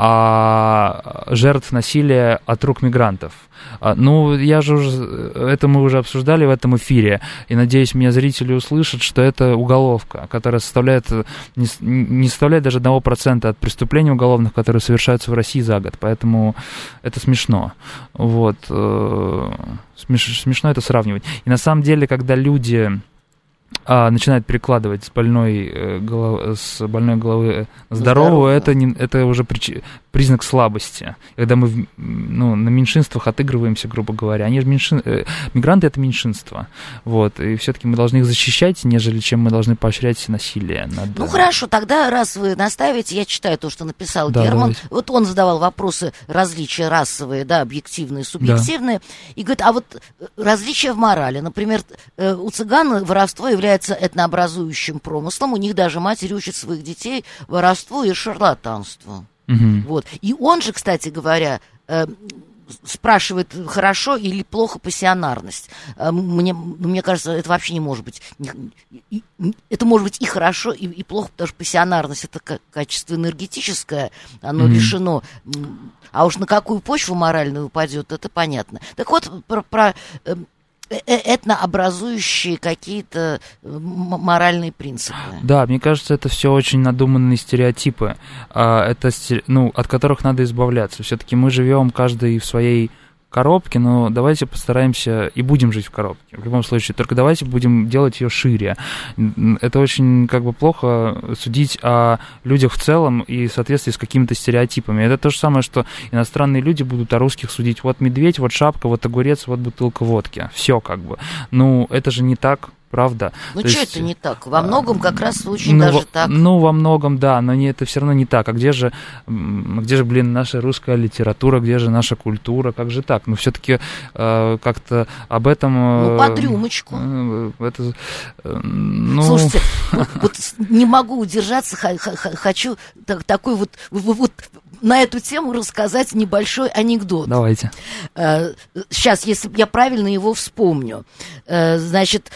а, жертв насилия от рук мигрантов. А, ну, я же уже... Это мы уже обсуждали в этом эфире, и, надеюсь, меня зрители услышат, что это уголовка, которая составляет... Не, не составляет даже одного процента от преступлений уголовных, которые совершаются в России за год, поэтому это смешно. Вот. Смеш, смешно это сравнивать. И на самом деле, когда люди... А, начинает перекладывать с больной, э, голов... с больной головы на здоровую, это, не... это уже прич... признак слабости. Когда мы ну, на меньшинствах отыгрываемся, грубо говоря. Они же меньшин... э, мигранты — это меньшинство. Вот. И все-таки мы должны их защищать, нежели чем мы должны поощрять насилие. Над... Ну хорошо, тогда раз вы настаиваете, я читаю то, что написал да, Герман. Давайте. Вот он задавал вопросы различия расовые, да, объективные, субъективные. Да. И говорит, а вот различия в морали. Например, у цыган воровство является этнообразующим промыслом, у них даже матери учат своих детей воровству и шарлатанству. Угу. Вот. И он же, кстати говоря, э, спрашивает, хорошо или плохо пассионарность. Э, мне, мне кажется, это вообще не может быть. И, и, это может быть и хорошо, и, и плохо, потому что пассионарность — это качество энергетическое, оно угу. лишено... А уж на какую почву моральную упадет, это понятно. Так вот, про... про э, этнообразующие какие-то моральные принципы. Да, мне кажется, это все очень надуманные стереотипы, это, ну, от которых надо избавляться. Все-таки мы живем каждый в своей коробке, но давайте постараемся и будем жить в коробке. В любом случае, только давайте будем делать ее шире. Это очень как бы плохо судить о людях в целом и в соответствии с какими-то стереотипами. Это то же самое, что иностранные люди будут о русских судить. Вот медведь, вот шапка, вот огурец, вот бутылка водки. Все как бы. Ну, это же не так. Правда. Ну, что это не так? Во многом как раз очень ну, даже так. Ну, во многом, да, но не, это все равно не так. А где же, где же, блин, наша русская литература, где же наша культура, как же так? Ну, все-таки э, как-то об этом... Э, ну, под рюмочку. Э, это, э, ну... Слушайте, вот, вот не могу удержаться, хочу так, такой вот, вот на эту тему рассказать небольшой анекдот. Давайте. Э, сейчас, если я правильно его вспомню. Э, значит...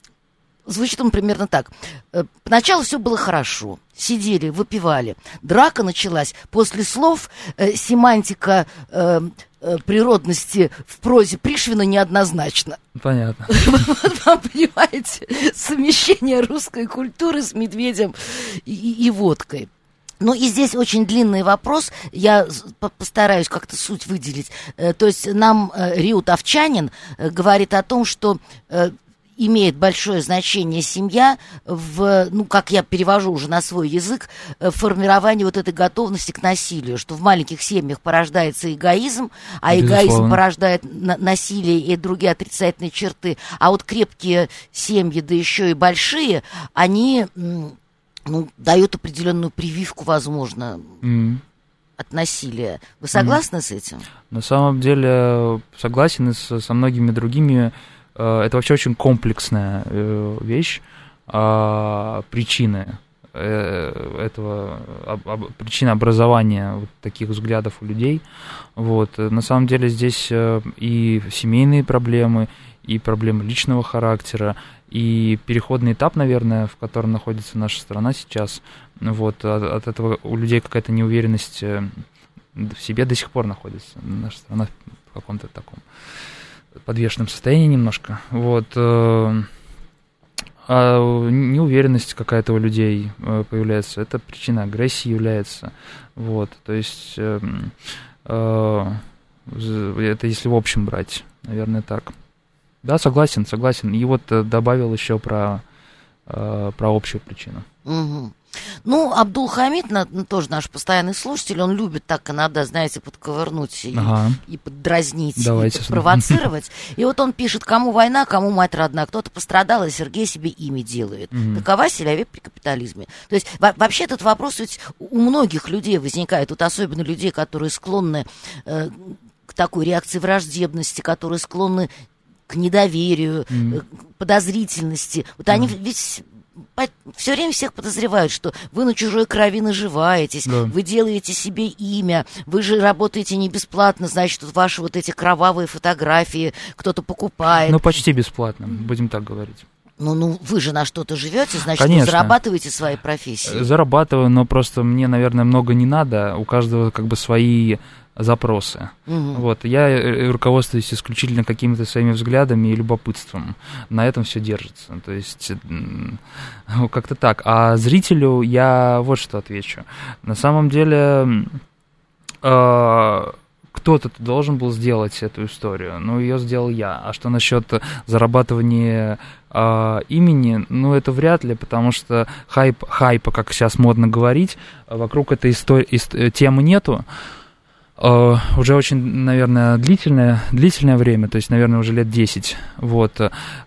Звучит он примерно так. Поначалу все было хорошо. Сидели, выпивали. Драка началась. После слов э, семантика э, э, природности в прозе Пришвина неоднозначна. Понятно. Вам понимаете, совмещение русской культуры с медведем и, и, и водкой. Ну и здесь очень длинный вопрос, я постараюсь как-то суть выделить. То есть нам Риут Овчанин говорит о том, что... имеет большое значение семья в, ну, как я перевожу уже на свой язык, в формировании вот этой готовности к насилию, что в маленьких семьях порождается эгоизм, а Безусловно. эгоизм порождает на- насилие и другие отрицательные черты, а вот крепкие семьи, да еще и большие, они, ну, дают определенную прививку, возможно, mm. от насилия. Вы согласны mm. с этим? На самом деле согласен и со, со многими другими. Это вообще очень комплексная вещь, причины этого, причины образования вот таких взглядов у людей. Вот. На самом деле здесь и семейные проблемы, и проблемы личного характера, и переходный этап, наверное, в котором находится наша страна сейчас. Вот. От, от этого у людей какая-то неуверенность в себе до сих пор находится. Наша страна в каком-то таком... подвешенном состоянии немножко. Вот. А неуверенность какая-то у людей появляется. Это причина агрессии является. Вот, то есть э, э, это если в общем брать, наверное, так. Да, согласен, согласен. И вот добавил еще про, э, про общую причину. Угу. Ну, Абдул-Хамид, тоже наш постоянный слушатель, он любит так иногда, знаете, подковырнуть ага. и, и поддразнить, Давайте. и подпровоцировать. И вот он пишет, кому война, кому мать родна, кто-то пострадал, и Сергей себе имя делает. Угу. Такова силовик при капитализме. То есть во- вообще этот вопрос ведь у многих людей возникает, вот особенно людей, которые склонны э, к такой реакции враждебности, которые склонны к недоверию, mm. к подозрительности. Вот mm. они ведь все время всех подозревают, что вы на чужой крови наживаетесь, да. вы делаете себе имя, вы же работаете не бесплатно, значит, вот ваши вот эти кровавые фотографии кто-то покупает. Ну, почти бесплатно, будем так говорить. Ну, ну, вы же на что-то живете, значит, Конечно. Вы зарабатываете своей профессией. Зарабатываю, но просто мне, наверное, много не надо, у каждого как бы свои запросы. Угу. Вот, я руководствуюсь исключительно какими-то своими взглядами и любопытством. На этом все держится. То есть, как-то так. А зрителю я вот что отвечу. На самом деле, э- кто-то должен был сделать эту историю, но ее сделал я. А что насчет зарабатывания э, имени, ну, это вряд ли, потому что хайп, хайпа, как сейчас модно говорить, вокруг этой истории, ист- темы нету. Uh, уже очень, наверное, длительное, длительное время, то есть, наверное, уже лет десять. Вот.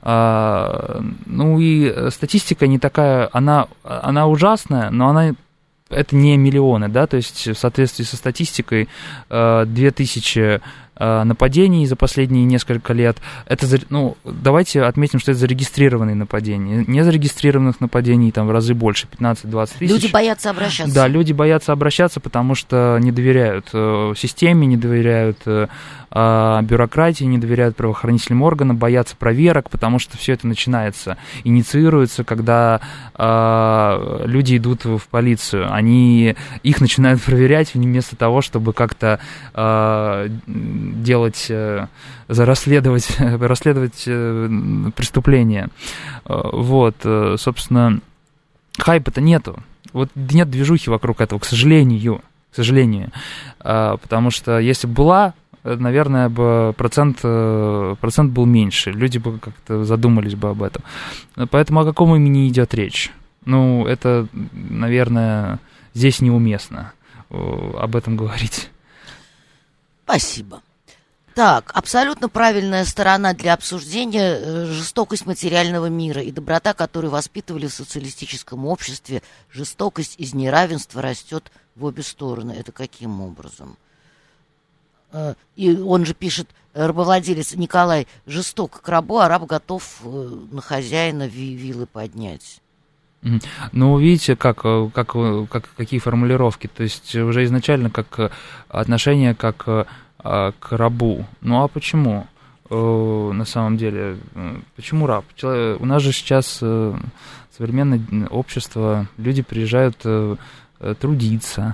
Uh, ну и статистика не такая, она, она ужасная, но она, это не миллионы, да, то есть в соответствии со статистикой uh, две тысячи нападений за последние несколько лет. Это, ну, давайте отметим, что это зарегистрированные нападения. Незарегистрированных нападений там в разы больше, пятнадцать-двадцать тысяч. Люди боятся обращаться. Да, люди боятся обращаться, потому что не доверяют э, системе, не доверяют э, бюрократии, не доверяют правоохранительным органам, боятся проверок, потому что все это начинается, инициируется, когда э, люди идут в полицию. Они, их начинают проверять вместо того, чтобы как-то э, делать, расследовать, расследовать преступления. Вот, собственно, хайпа-то нету. Вот нет движухи вокруг этого, к сожалению, к сожалению. Потому что если бы была, наверное, бы процент, процент был меньше. Люди бы как-то задумались бы об этом. Поэтому о каком имени идет речь? Ну, это, наверное, здесь неуместно об этом говорить. Спасибо. Так, абсолютно правильная сторона для обсуждения э, жестокость материального мира и доброта, которую воспитывали в социалистическом обществе. Жестокость из неравенства растет в обе стороны. Это каким образом? Э, и он же пишет, рабовладелец Николай жесток к рабу, а раб готов э, на хозяина ви- вилы поднять. Ну, видите, как, как, как, какие формулировки. То есть уже изначально как отношение как к рабу. Ну, а почему? На самом деле, почему раб? У нас же сейчас современное общество, люди приезжают трудиться.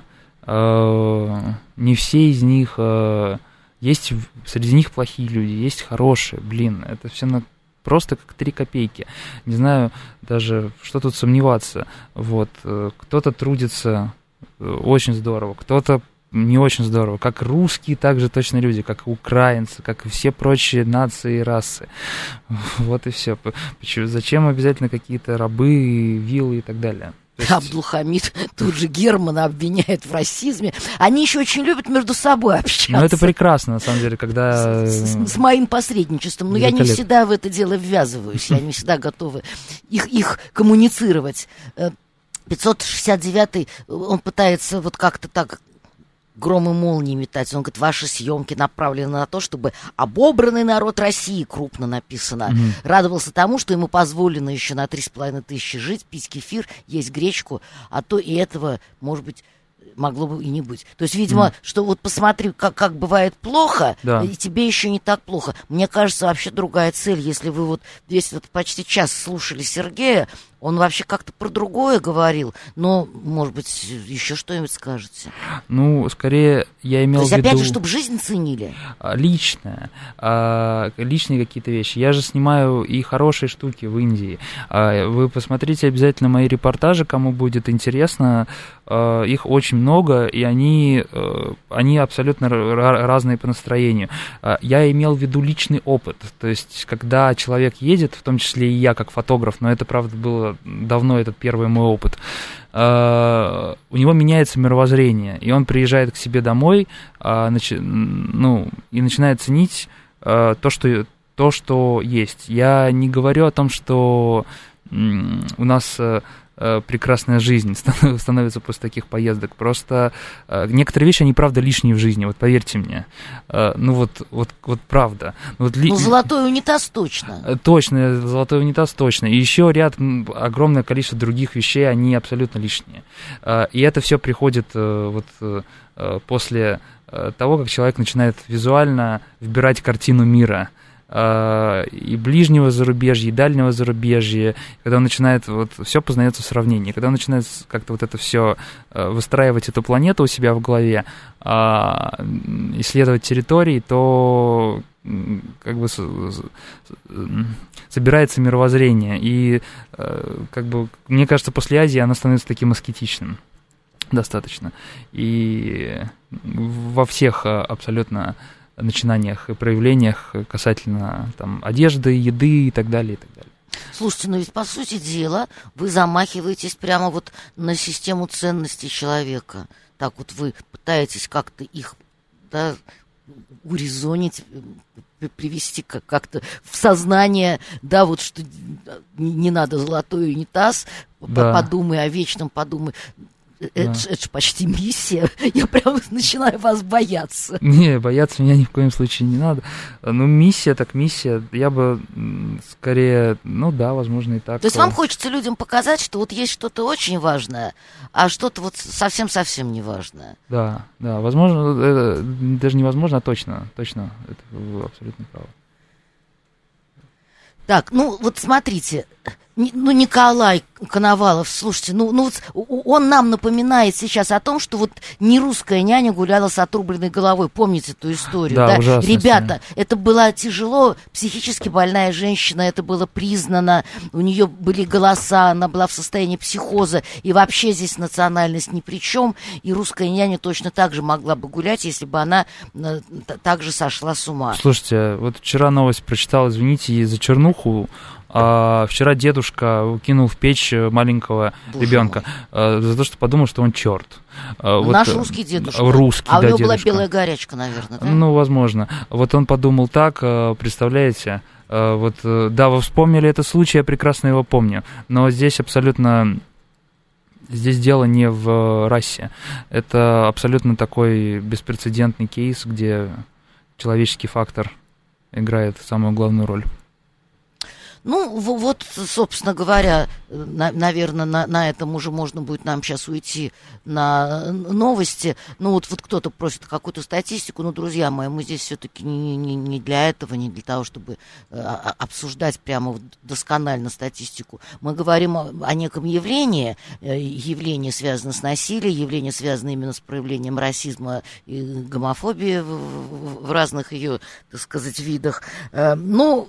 Не все из них... Есть среди них плохие люди, есть хорошие. Блин, это все на... Просто как три копейки. Не знаю даже, что тут сомневаться. Вот. Кто-то трудится очень здорово, кто-то не очень здорово. Как русские, также точно люди, как украинцы, как и все прочие нации и расы. Вот и все. Зачем обязательно какие-то рабы, виллы и так далее? Есть... Абдул-Хамид тут же Германа обвиняет в расизме. Они еще очень любят между собой общаться. Ну, это прекрасно, на самом деле, когда... С, с, с моим посредничеством. Но я не всегда в это дело ввязываюсь. Я не всегда готова их, их коммуницировать. пятьсот шестьдесят девятый, он пытается вот как-то так... гром и молнии метать. Он говорит, ваши съемки направлены на то, чтобы обобранный народ России, крупно написано, mm-hmm. радовался тому, что ему позволено еще на три с половиной тысячи жить, пить кефир, есть гречку, а то и этого, может быть, могло бы и не быть. То есть, видимо, mm-hmm. что вот посмотри, как, как бывает плохо, да. и тебе еще не так плохо. Мне кажется, вообще другая цель. Если вы вот весь вот почти час слушали Сергея, Он вообще как-то про другое говорил, но, может быть, еще что-нибудь скажете? Ну, скорее, я имел в виду... То есть, опять же, чтобы жизнь ценили? Личное, личные какие-то вещи. Я же снимаю и хорошие штуки в Индии. Вы посмотрите обязательно мои репортажи, кому будет интересно. Их очень много, и они, они абсолютно разные по настроению. Я имел в виду личный опыт. То есть, когда человек едет, в том числе и я как фотограф, но это, правда, было давно, этот первый мой опыт, у него меняется мировоззрение, и он приезжает к себе домой, ну, и начинает ценить то, что, то, что есть. Я не говорю о том, что у нас прекрасная жизнь становится после таких поездок. Просто некоторые вещи, они правда лишние в жизни, вот поверьте мне. Ну вот, вот, вот правда. Вот ли... Ну, золотой унитаз точно. Точно, золотой унитаз точно. И еще ряд, огромное количество других вещей, они абсолютно лишние. И это все приходит вот после того, как человек начинает визуально вбирать картину мира. И ближнего зарубежья, и дальнего зарубежья, когда он начинает, вот, все познается в сравнении, когда он начинает как-то вот это все выстраивать, эту планету у себя в голове, исследовать территории, то как бы собирается мировоззрение, и как бы, мне кажется, после Азии она становится таким аскетичным достаточно, и во всех абсолютно начинаниях и проявлениях касательно там одежды, еды и так далее, и так далее. Слушайте, ну ведь по сути дела вы замахиваетесь прямо вот на систему ценностей человека. Так вот вы пытаетесь как-то их, да, урезонить, привести как-то в сознание, да, вот что не надо золотой унитаз, да. Подумай о вечном, подумай. Это, да. это же почти миссия. Я прямо начинаю вас бояться. Не, бояться меня ни в коем случае не надо. Ну, миссия так миссия. Я бы скорее, ну да, возможно, и так. То есть вам хочется людям показать, что вот есть что-то очень важное, а что-то вот совсем-совсем не важное. Да, да, возможно, это даже невозможно, а точно, точно, это вы абсолютно правы. Так, ну вот смотрите, ну Николай Коновалов, слушайте, ну, ну он нам напоминает сейчас о том, что вот не русская няня гуляла с отрубленной головой, помните эту историю, да? Да? Ребята, это было тяжело, психически больная женщина, это было признано, у нее были голоса, она была в состоянии психоза, и вообще здесь национальность ни при чем, и русская няня точно так же могла бы гулять, если бы она так же сошла с ума. Слушайте, вот вчера новость прочитал, извините за чернуху. А вчера дедушка кинул в печь маленького Боже ребенка а, за то, что подумал, что он черт. А, Наш вот, русский дедушка. Русский, а да, у него дедушка. Была белая горячка, наверное, да? Ну, возможно. Вот он подумал так, представляете, вот, да, вы вспомнили этот случай, я прекрасно его помню, но здесь абсолютно... Здесь дело не в расе. Это абсолютно такой беспрецедентный кейс, где человеческий фактор играет самую главную роль. Ну, вот, собственно говоря, на, наверное, на, на этом уже можно будет нам сейчас уйти на новости. Ну, вот, вот кто-то просит какую-то статистику. Ну, друзья мои, мы здесь все-таки не, не, не для этого, не для того, чтобы а, обсуждать прямо вот досконально статистику. Мы говорим о, о неком явлении. Явление связано с насилием, явление связано именно с проявлением расизма и гомофобии в, в, в разных ее, так сказать, видах. Ну,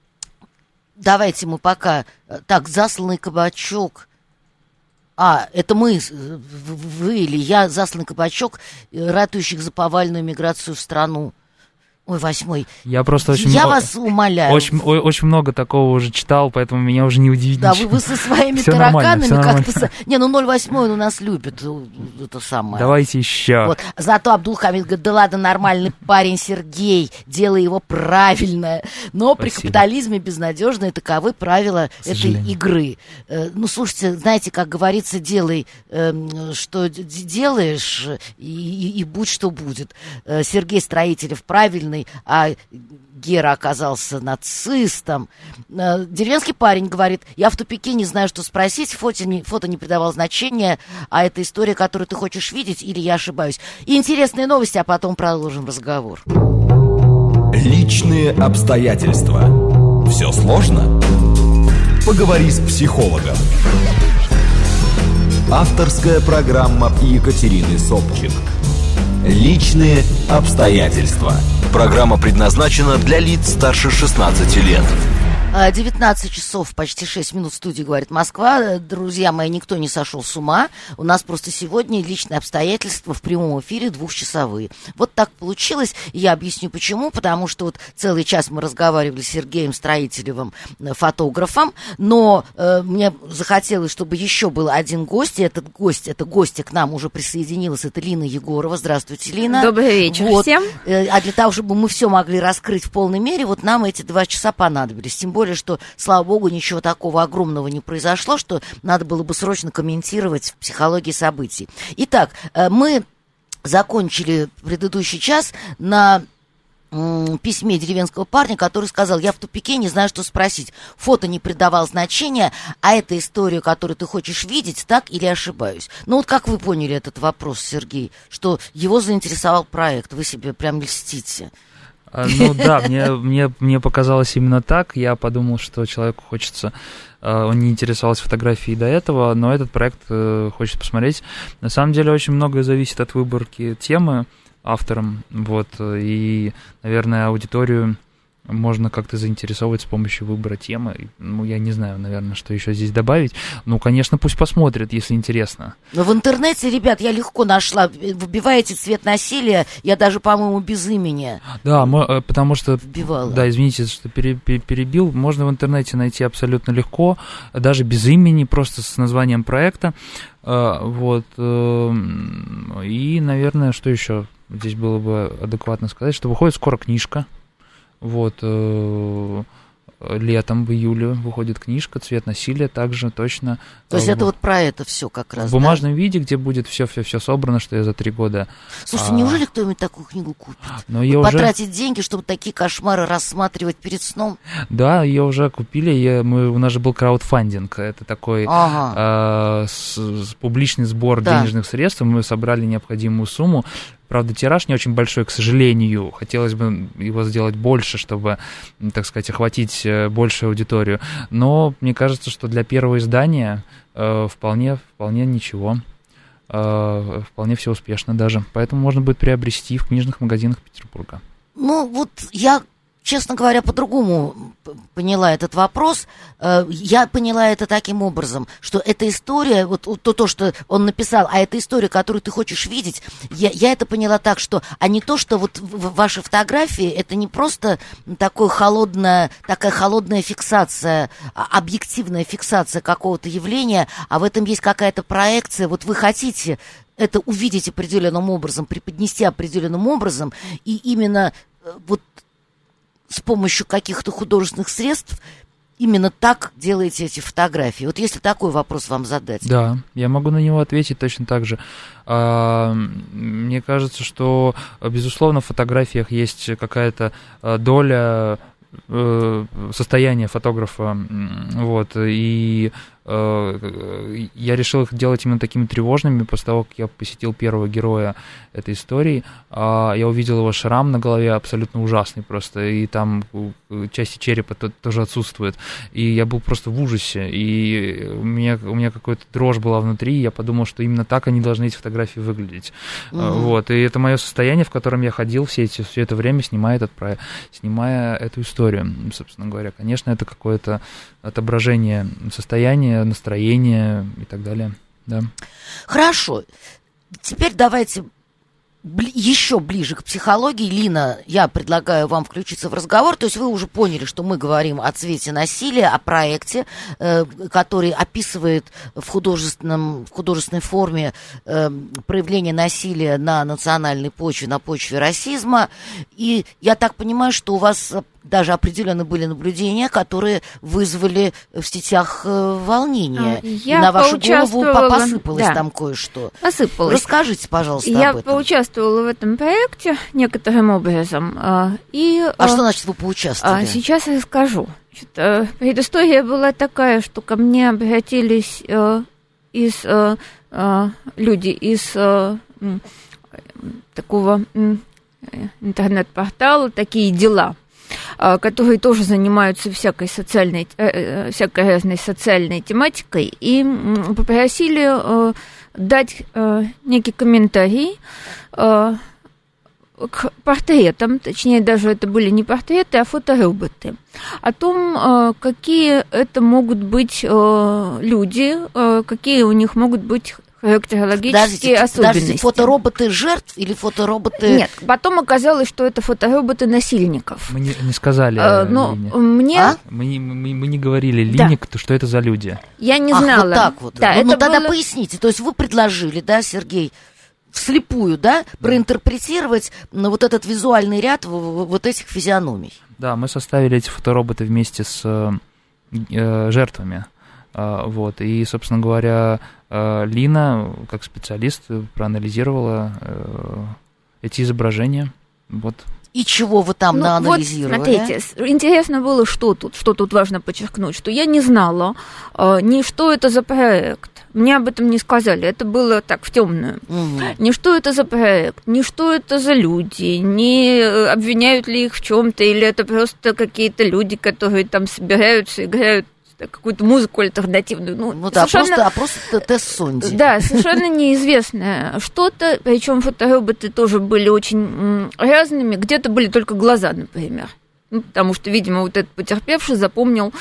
давайте мы пока... Так, засланный кабачок. А, это мы, вы или я, засланный кабачок, ратующих за повальную миграцию в страну. Ой, восьмой. Я просто очень Я много, вас умоляю. Очень, очень много такого уже читал, поэтому меня уже не удивит. Да, вы, вы со своими тараканами как-то... Не, ну ноль восемь у нас любит это самое. Давайте еще. Вот. Зато Абдулхамид говорит, да ладно, нормальный парень Сергей, делай его правильно. Но Спасибо. При капитализме безнадежные таковы правила этой игры. Ну, слушайте, знаете, как говорится, делай, что делаешь, и, и, и будь что будет. Сергей Строителев правильный, а Гера оказался нацистом. Деревенский парень говорит, я в тупике, не знаю, что спросить, фото не, фото не придавал значения, а это история, которую ты хочешь видеть, или я ошибаюсь. И интересные новости, а потом продолжим разговор. Личные обстоятельства. Все сложно? Поговори с психологом. Авторская программа Екатерины Собчик. Личные обстоятельства. Программа предназначена для лиц старше шестнадцати лет. девятнадцать часов, почти шесть минут в студии, говорит Москва. Друзья мои, никто не сошел с ума. У нас просто сегодня личные обстоятельства в прямом эфире двухчасовые. Вот так получилось. Я объясню почему. Потому что вот целый час мы разговаривали с Сергеем Строителевым, фотографом. Но э, мне захотелось, чтобы еще был один гость. И этот гость, это гостья к нам уже присоединилась. Это Лина Егорова. Здравствуйте, Лина. Добрый вечер вот. всем. А для того, чтобы мы все могли раскрыть в полной мере, вот нам эти два часа понадобились. Тем более, что, слава богу, ничего такого огромного не произошло, что надо было бы срочно комментировать в психологии событий. Итак, мы закончили предыдущий час на м, письме деревенского парня, который сказал: я в тупике, не знаю, что спросить. Фото не придавал значения, а эта история, которую ты хочешь видеть, так или ошибаюсь? Ну вот как вы поняли этот вопрос, Сергей, что его заинтересовал проект? Вы себе прям льстите. Ну да, мне, мне, мне показалось именно так. Я подумал, что человеку хочется... Он не интересовался фотографией до этого, но этот проект хочет посмотреть. На самом деле очень многое зависит от выборки темы автором. Вот, и, наверное, аудиторию можно как-то заинтересовывать с помощью выбора темы. Ну, я не знаю, наверное, что еще здесь добавить. Ну, конечно, пусть посмотрят, если интересно. Но в интернете, ребят, я легко нашла. Вбиваете цвет насилия, я даже, по-моему, без имени. Да, потому что... Вбивала. Да, извините, что перебил. Можно в интернете найти абсолютно легко, даже без имени, просто с названием проекта. Вот. И, наверное, что еще здесь было бы адекватно сказать, что выходит скоро книжка. Вот, э, летом, в июле выходит книжка «Цвет насилия», также точно. То есть в, это вот про это все как раз, в бумажном да? виде, где будет все-все-все собрано, что я за три года... Слушайте, а... неужели кто-нибудь такую книгу купит? Но ее потратить уже... деньги, чтобы такие кошмары рассматривать перед сном? Да, ее уже купили, я, мы, у нас же был краудфандинг, это такой ага. э, с, с, публичный сбор да. денежных средств, мы собрали необходимую сумму. Правда, тираж не очень большой, к сожалению. Хотелось бы его сделать больше, чтобы, так сказать, охватить большую аудиторию. Но мне кажется, что для первого издания э, вполне, вполне ничего. Э, вполне все успешно даже. Поэтому можно будет приобрести в книжных магазинах Петербурга. Ну, вот я... Честно говоря, по-другому поняла этот вопрос. Я поняла это таким образом, что эта история, вот то, то что он написал, а эта история, которую ты хочешь видеть, я, я это поняла так, что, а не то, что вот ваши фотографии, это не просто такое холодная, такая холодная фиксация, объективная фиксация какого-то явления, а в этом есть какая-то проекция. Вот вы хотите это увидеть определенным образом, преподнести определенным образом, и именно вот с помощью каких-то художественных средств именно так делаете эти фотографии. Вот если такой вопрос вам задать. Да, я могу на него ответить точно так же. Мне кажется, что, безусловно, в фотографиях есть какая-то доля состояния фотографа, вот, и я решил их делать именно такими тревожными. После того, как я посетил первого героя этой истории, я увидел его шрам на голове абсолютно ужасный просто, и там части черепа тоже отсутствуют, и я был просто в ужасе, и у меня, у меня какая-то дрожь была внутри, и я подумал, что именно так они должны, эти фотографии, выглядеть. Mm-hmm. Вот, и это мое состояние, в котором я ходил все, эти, все это время, снимая, этот, снимая эту историю, собственно говоря. Конечно, это какое-то отображение состояния, настроение и так далее, да. Хорошо. Теперь давайте бли- еще ближе к психологии. Лина, я предлагаю вам включиться в разговор. То есть вы уже поняли, что мы говорим о цвете насилия, о проекте, э, который описывает в, художественном, в художественной форме э, проявление насилия на национальной почве, на почве расизма. И я так понимаю, что у вас даже определенно были наблюдения, которые вызвали в сетях волнение. Я и на вашу голову посыпалось да. там кое-что. Посыпалось. Расскажите, пожалуйста, я об этом. Я поучаствовала в этом проекте некоторым образом. И, а что значит вы поучаствовали? Сейчас я расскажу. Значит, предыстория была такая, что ко мне обратились из, люди из такого интернет-портала «Такие дела». которые тоже занимаются всякой социальной, всякой разной социальной тематикой, и попросили дать некий комментарий к портретам, точнее, даже это были не портреты, а фотороботы, о том, какие это могут быть люди, какие у них могут быть характерологические подождите, особенности. Подождите, фотороботы жертв или фотороботы... Нет, потом оказалось, что это фотороботы насильников. Мы не, не сказали а, но Лине. Мне... А? Мы, не, мы, мы не говорили Лине, Да. что это за люди. Я не Ах, знала. вот так вот. Да, ну, ну это тогда было... поясните. То есть вы предложили, да, Сергей, вслепую, да, проинтерпретировать ну, вот этот визуальный ряд вот этих физиономий. Да, мы составили эти фотороботы вместе с э, жертвами. Э, вот, и, собственно говоря, э, Лина, как специалист, проанализировала э, эти изображения. Вот. И чего вы там ну, наанализировали? Вот, смотрите, интересно было, что тут, что тут важно подчеркнуть, что я не знала э, ни что это за проект. Мне об этом не сказали, это было так, в темную. Угу. Ни что это за проект, ни что это за люди, не обвиняют ли их в чем-то, или это просто какие-то люди, которые там собираются, играют какую-то музыку альтернативную. Ну, ну да, совершенно... просто, а просто тест Сонди. Да, совершенно неизвестное что-то, причем фотороботы тоже были очень м, разными, где-то были только глаза, например. Ну, потому что, видимо, вот этот потерпевший запомнил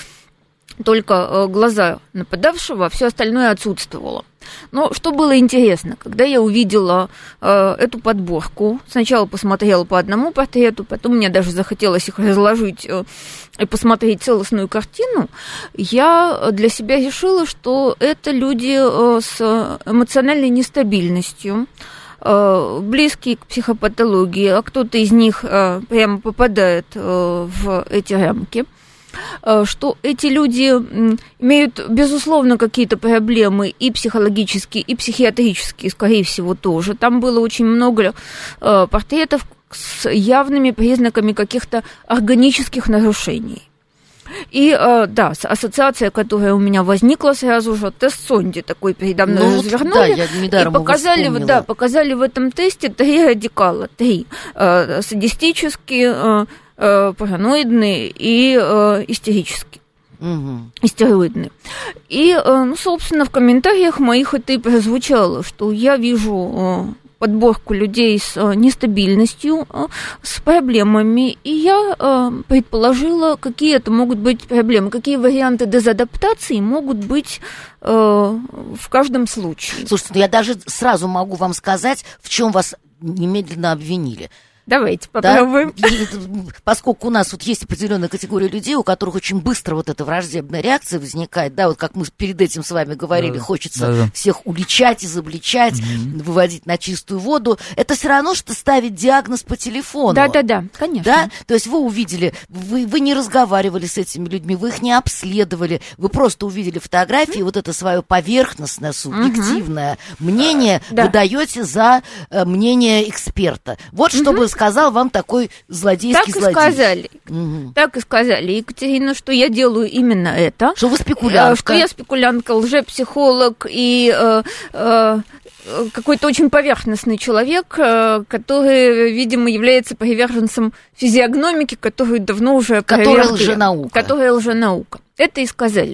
только глаза нападавшего, а все остальное отсутствовало. Но что было интересно, когда я увидела э, эту подборку, сначала посмотрела по одному портрету, потом мне даже захотелось их разложить э, и посмотреть целостную картину, я для себя решила, что это люди э, с эмоциональной нестабильностью, э, близкие к психопатологии, а кто-то из них э, прямо попадает э, в эти рамки. Что эти люди имеют, безусловно, какие-то проблемы и психологические, и психиатрические, скорее всего, тоже. Там было очень много э, портретов с явными признаками каких-то органических нарушений. И, э, да, ассоциация, которая у меня возникла сразу же, тест Сонди такой передо мной ну, развернули, да, я недаром и показали, да, показали в этом тесте три радикала, три, э, садистические, э, параноидные и э, истерические, угу. истероидные. И, э, ну, собственно, в комментариях моих это и прозвучало, что я вижу э, подборку людей с э, нестабильностью, э, с проблемами, и я э, предположила, какие это могут быть проблемы, какие варианты дезадаптации могут быть э, в каждом случае. Слушайте, ну я даже сразу могу вам сказать, в чем вас немедленно обвинили. Давайте попробуем. Да? И, поскольку у нас вот есть определенная категория людей, у которых очень быстро вот эта враждебная реакция возникает, да, вот как мы перед этим с вами говорили, да, хочется да, да. всех уличать, изобличать, mm-hmm. выводить на чистую воду. Это все равно, что ставить диагноз по телефону. Да-да-да, конечно. Да? То есть вы увидели, вы, вы не разговаривали с этими людьми, вы их не обследовали, вы просто увидели фотографии, mm-hmm. вот это свое поверхностное, субъективное mm-hmm. мнение да. выдаете за э, мнение эксперта. Вот mm-hmm. чтобы сказал вам такой злодейский так злодей. Так и сказали. Угу. Так и сказали, Екатерина, что я делаю именно это. Что вы спекулянтка. Что я спекулянтка, лжепсихолог и э, э, какой-то очень поверхностный человек, э, который, видимо, является приверженцем физиогномики, которую давно уже Которая лженаука. Которая лженаука. Это и сказали.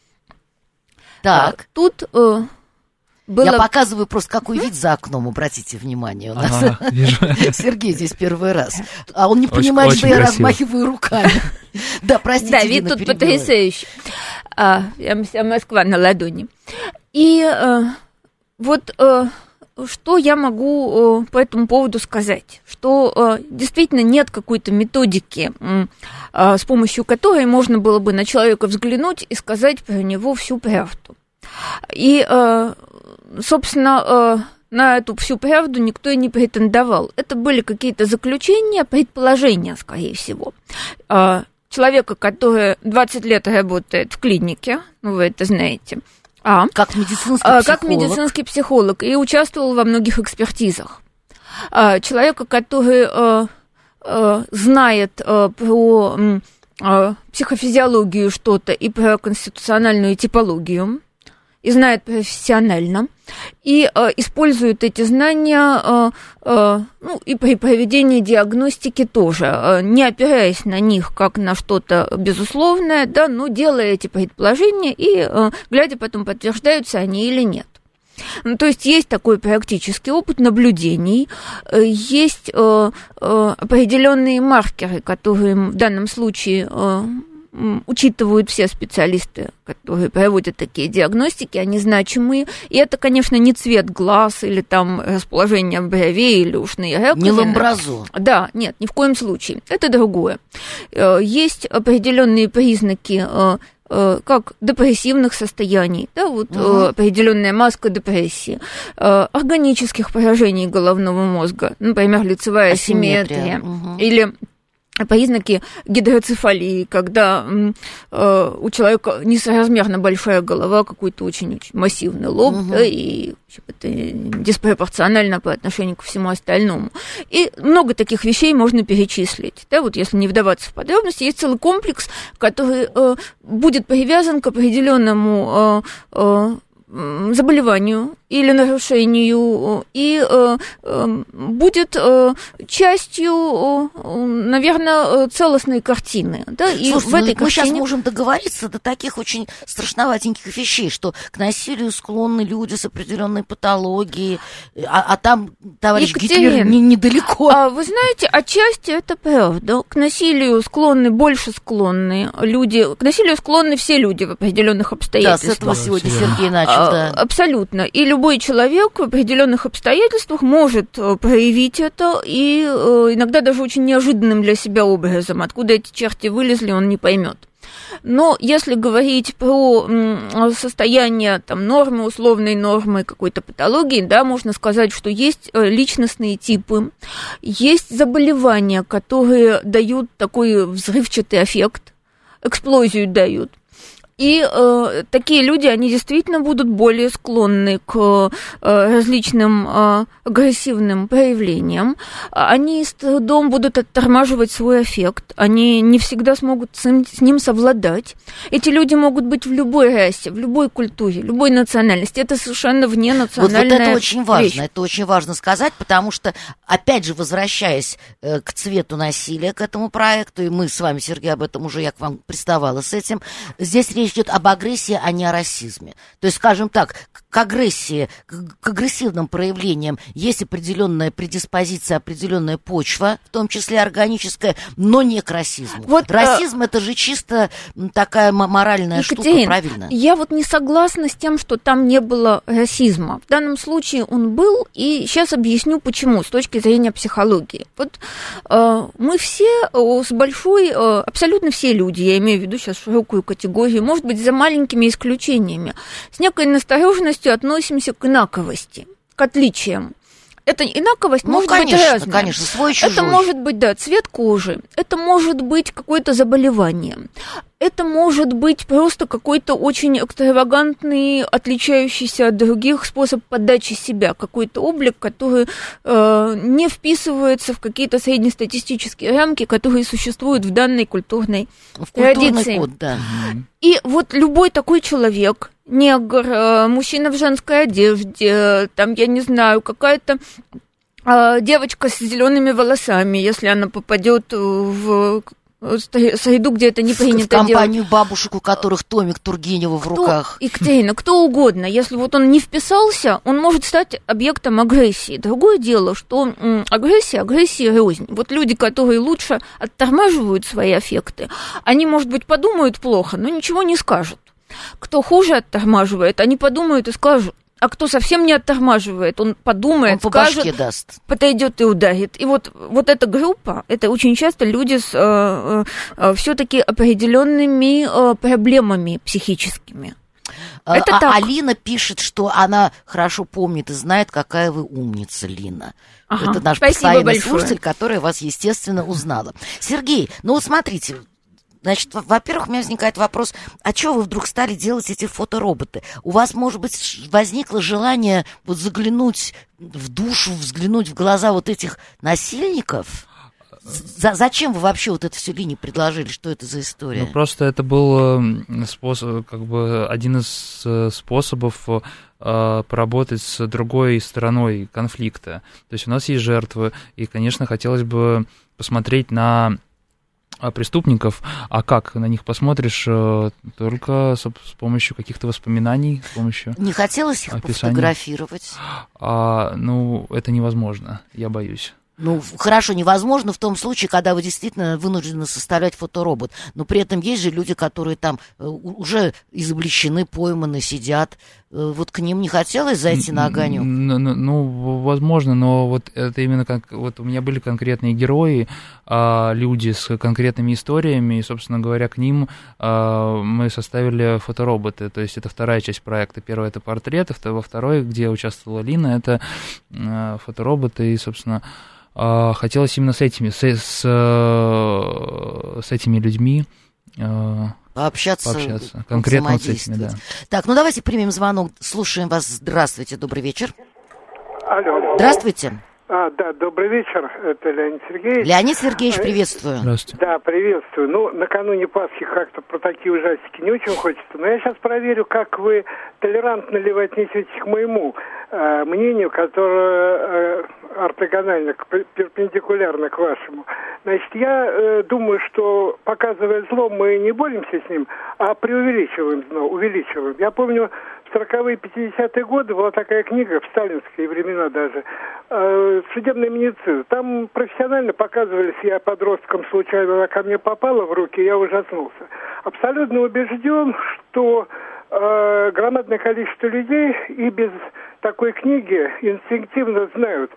Так. А, тут... Э, Было... Я показываю просто, какой вид за окном, обратите внимание. У нас ага, Сергей здесь первый раз. А он не понимает, что я размахиваю руками. Да, простите, Да, вид тут потрясающий. Вся Москва на ладони. И вот что я могу по этому поводу сказать? Что действительно нет какой-то методики, с помощью которой можно было бы на человека взглянуть и сказать про него всю правду. И собственно, на эту всю правду никто и не претендовал. Это были какие-то заключения, предположения, скорее всего. Человека, который двадцать лет работает в клинике, ну, вы это знаете. А, как медицинский психолог. Как медицинский психолог и участвовал во многих экспертизах. Человека, который знает про психофизиологию что-то и про конституциональную типологию. и знает профессионально, и э, использует эти знания э, э, ну, и при проведении диагностики тоже, э, не опираясь на них как на что-то безусловное, да, но делая эти предположения и э, глядя потом, подтверждаются они или нет. Ну, то есть есть такой практический опыт наблюдений, э, есть э, э, определенные маркеры, которые в данном случае э, учитывают все специалисты, которые проводят такие диагностики, они значимые. И это, конечно, не цвет глаз или там расположение бровей или ушные раковины. Не ламбразо. Да, нет, ни в коем случае. Это другое. Есть определенные признаки, как депрессивных состояний, да, вот угу. определенная маска депрессии, органических поражений головного мозга, например, лицевая асимметрия, асимметрия угу. или признаки гидроцефалии, когда э, у человека несоразмерно большая голова, какой-то очень-очень массивный лоб, угу. да, и это диспропорционально по отношению ко всему остальному. И много таких вещей можно перечислить. Да, вот если не вдаваться в подробности, есть целый комплекс, который э, будет привязан к определенному э, э, заболеванию или нарушению, и э, э, будет э, частью, э, наверное, целостной картины. Да? И Слушайте, в этой мы картине... сейчас можем договориться до таких очень страшноватеньких вещей, что к насилию склонны люди с определенной патологией, а, а там товарищ Екатерина, Гитлер не, недалеко. А вы знаете, отчасти это правда. К насилию склонны, больше склонны люди, к насилию склонны все люди в определенных обстоятельствах. Да, с этого сегодня Сергей начал. Да. Абсолютно. И любой человек в определенных обстоятельствах может проявить это, и иногда даже очень неожиданным для себя образом. Откуда эти черти вылезли, он не поймет. Но если говорить про состояние там, нормы, условной нормы, какой-то патологии, да, можно сказать, что есть личностные типы, есть заболевания, которые дают такой взрывчатый эффект, эксплозию дают. И э, такие люди, они действительно будут более склонны к э, различным э, агрессивным проявлениям. Они с трудом будут оттормаживать свой аффект. Они не всегда смогут с ним, с ним совладать. Эти люди могут быть в любой расе, в любой культуре, любой национальности. Это совершенно вне национальная Вот, вот это очень важно. вещь. Это очень важно сказать, потому что, опять же, возвращаясь э, к цвету насилия, к этому проекту, и мы с вами, Сергей, об этом уже, я к вам приставала с этим, здесь речь идет об агрессии, а не о расизме. То есть, скажем так, к агрессии, к агрессивным проявлениям есть определенная предиспозиция, определенная почва, в том числе органическая, но не к расизму. Вот, расизм а... это же чисто такая моральная Екатерина, штука, правильно? Я вот не согласна с тем, что там не было расизма. В данном случае он был, и сейчас объясню почему, с точки зрения психологии. Вот э, мы все э, с большой, э, абсолютно все люди, я имею в виду сейчас широкую категорию, может быть, за маленькими исключениями, с некой настороженностью относимся к инаковости, к отличиям. Эта инаковость ну, может конечно, быть разная. Конечно, свой чужой. Это может быть, да, цвет кожи, это может быть какое-то заболевание, это может быть просто какой-то очень экстравагантный, отличающийся от других способ подачи себя, какой-то облик, который э, не вписывается в какие-то среднестатистические рамки, которые существуют в данной культурной в традиции. Код, да. И вот любой такой человек, негр, мужчина в женской одежде, там, я не знаю, какая-то девочка с зелеными волосами, если она попадет в среду, где это не принято делать. В компанию делать. Бабушек, у которых томик Тургенева в кто, руках. Екатерина, кто угодно. Если вот он не вписался, он может стать объектом агрессии. Другое дело, что м, агрессия, агрессия рознь. Вот люди, которые лучше оттормаживают свои аффекты, они, может быть, подумают плохо, но ничего не скажут. Кто хуже оттормаживает, они подумают и скажут. А кто совсем не оттормаживает, он подумает, он по скажет, башке даст. Подойдет и ударит. И вот, вот эта группа, это очень часто люди с э, э, все-таки определенными э, проблемами психическими. Это а, так. Алина пишет, что она хорошо помнит и знает, какая вы умница, Лина. Ага, это наш постоянный большое. слушатель, который вас, естественно, узнала. Сергей, ну вот смотрите. Значит, во-первых, у меня возникает вопрос, а чего вы вдруг стали делать эти фотороботы? У вас, может быть, возникло желание вот заглянуть в душу, взглянуть в глаза вот этих насильников? За, зачем вы вообще вот это все Лине предложили? Что это за история? Ну, просто это был способ, как бы один из способов э, поработать с другой стороной конфликта. То есть у нас есть жертвы, и, конечно, хотелось бы посмотреть на преступников, а как на них посмотришь только с помощью каких-то воспоминаний, с помощью Не хотелось их описаний. Пофотографировать? А, ну, это невозможно, я боюсь. Ну, хорошо, невозможно в том случае, когда вы действительно вынуждены составлять фоторобот. Но при этом есть же люди, которые там уже изобличены, пойманы, сидят. Вот к ним не хотелось зайти на огонек? Ну, ну, возможно, но вот это именно как... Вот у меня были конкретные герои, а, люди с конкретными историями, и, собственно говоря, к ним а, мы составили фотороботы. То есть это вторая часть проекта. Первая — это портреты, во второй, где участвовала Лина, это а, фотороботы, и, собственно... Хотелось именно с этими, с, с, с этими людьми пообщаться, пообщаться. Конкретно вот с этими, да. Так, ну давайте примем звонок. Слушаем вас. Здравствуйте, добрый вечер. Алло. Здравствуйте. А, да, добрый вечер, это Леонид Сергеевич. Леонид Сергеевич, приветствую. Здравствуйте. Да, приветствую. Ну, накануне Пасхи как-то про такие ужастики не очень хочется, но я сейчас проверю, как вы толерантно ли вы отнесетесь к моему э, мнению, которое э, ортогонально, перпендикулярно к вашему. Значит, я э, думаю, что, показывая зло, мы не боремся с ним, а преувеличиваем зло, увеличиваем. Я помню, в сороковые, пятидесятые годы была такая книга, в сталинские времена даже, э, «Судебная медицина». Там профессионально показывались, я подростком случайно, она ко мне попала в руки, я ужаснулся. Абсолютно убежден, что э, громадное количество людей и без такой книги инстинктивно знают,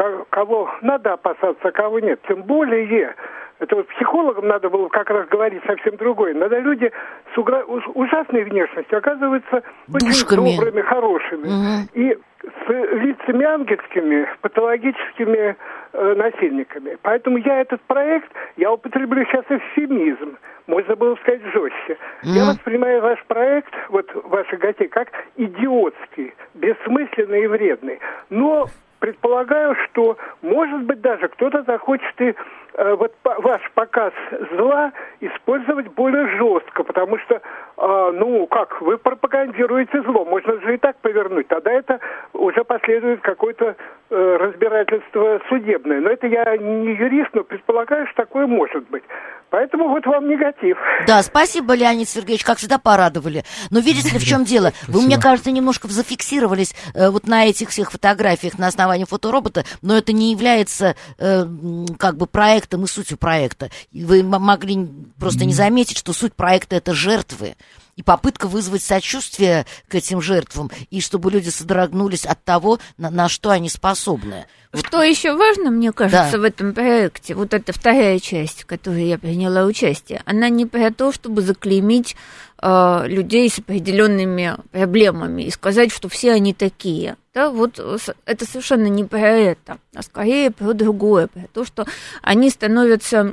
кого надо опасаться, а кого нет. Тем более... Это вот психологам надо было как раз говорить совсем другое. Иногда люди с угра... ужасной внешностью оказываются очень Душками. добрыми, хорошими. Угу. И с лицами ангельскими, патологическими э, насильниками. Поэтому я этот проект, я употреблю сейчас эвфемизм, можно было сказать жестче. Mm-hmm. Я воспринимаю ваш проект, вот ваши гостей, как идиотский, бессмысленный и вредный. Но предполагаю, что, может быть, даже кто-то захочет и э, вот по, ваш показ зла использовать более жестко, потому что, э, ну, как, вы пропагандируете зло, можно же и так повернуть, тогда это уже последует какое-то э, разбирательство судебное. Но это я не юрист, но предполагаю, что такое может быть. Поэтому вот вам негатив. Да, спасибо, Леонид Сергеевич, как всегда порадовали. Но видите ли, в чем дело? Вы, мне кажется, немножко зафиксировались э, вот на этих всех фотографиях на основании фоторобота, но это не является э, как бы проектом и сутью проекта. Вы могли просто не заметить, что суть проекта — это жертвы. И попытка вызвать сочувствие к этим жертвам, и чтобы люди содрогнулись от того, на, на что они способны. Что еще важно, мне кажется, Да. в этом проекте, вот эта вторая часть, в которой я приняла участие, она не про то, чтобы заклеймить э, людей с определенными проблемами и сказать, что все они такие. Да, вот это совершенно не про это, а скорее про другое, про то, что они становятся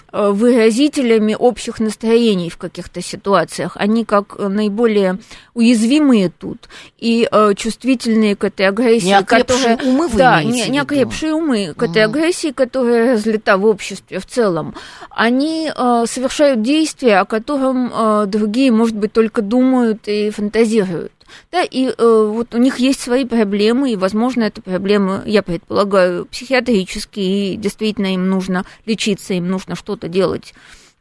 выразителями общих настроений в каких-то ситуациях. Они как наиболее уязвимые тут и чувствительные к этой агрессии. Неокрепшие которая, умы, вы да, имеете в виду? неокрепшие умы к этой агрессии, которая разлита в обществе в целом. Они совершают действия, о котором другие, может быть, только думают и фантазируют. Да, и э, вот у них есть свои проблемы, и, возможно, это проблемы, я предполагаю, психиатрические, и действительно им нужно лечиться, им нужно что-то делать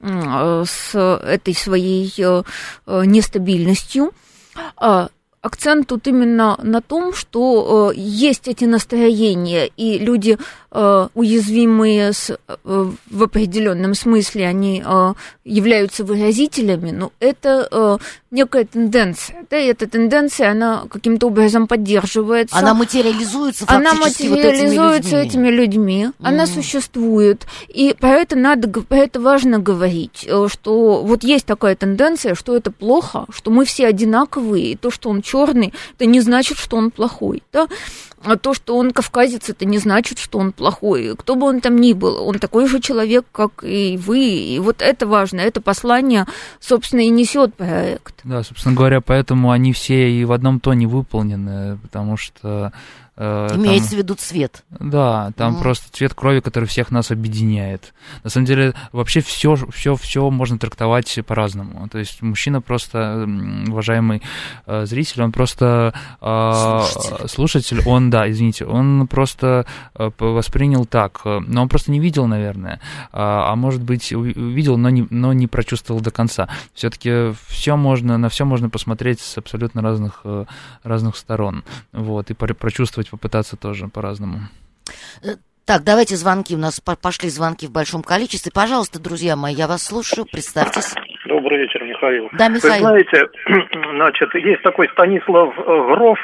э, с этой своей э, нестабильностью. А акцент тут именно на том, что э, есть эти настроения, и люди э, уязвимые с, э, в определенном смысле, они э, являются выразителями, но это э, некая тенденция, да, и эта тенденция, она каким-то образом поддерживается. Она материализуется Она фактически материализуется вот этими людьми. этими людьми, mm-hmm. она существует, и про это надо, про это важно говорить, что вот есть такая тенденция, что это плохо, что мы все одинаковые, и то, что он черный, это не значит, что он плохой, да, а то, что он кавказец, это не значит, что он плохой, кто бы он там ни был, он такой же человек, как и вы, и вот это важно, это послание, собственно, и несет проект. Да, собственно говоря, поэтому они все и в одном тоне выполнены, потому что Имеется там, в виду цвет. Да, там mm. просто цвет крови, который всех нас объединяет. На самом деле, вообще все, все, все можно трактовать по-разному. То есть мужчина просто, уважаемый э, зритель, он просто... Э, слушатель. слушатель, он, да, извините, он просто э, воспринял так, но он просто не видел, наверное, а, а может быть, увидел, но не, но не прочувствовал до конца. Все-таки все можно, на все можно посмотреть с абсолютно разных, разных сторон. Вот, и прочувствовать, попытаться тоже по-разному. Так, давайте звонки. У нас пошли звонки в большом количестве. Пожалуйста, друзья мои, я вас слушаю. Представьтесь. Добрый вечер, Михаил. Да, Михаил. Вы знаете, значит, есть такой Станислав Гроф,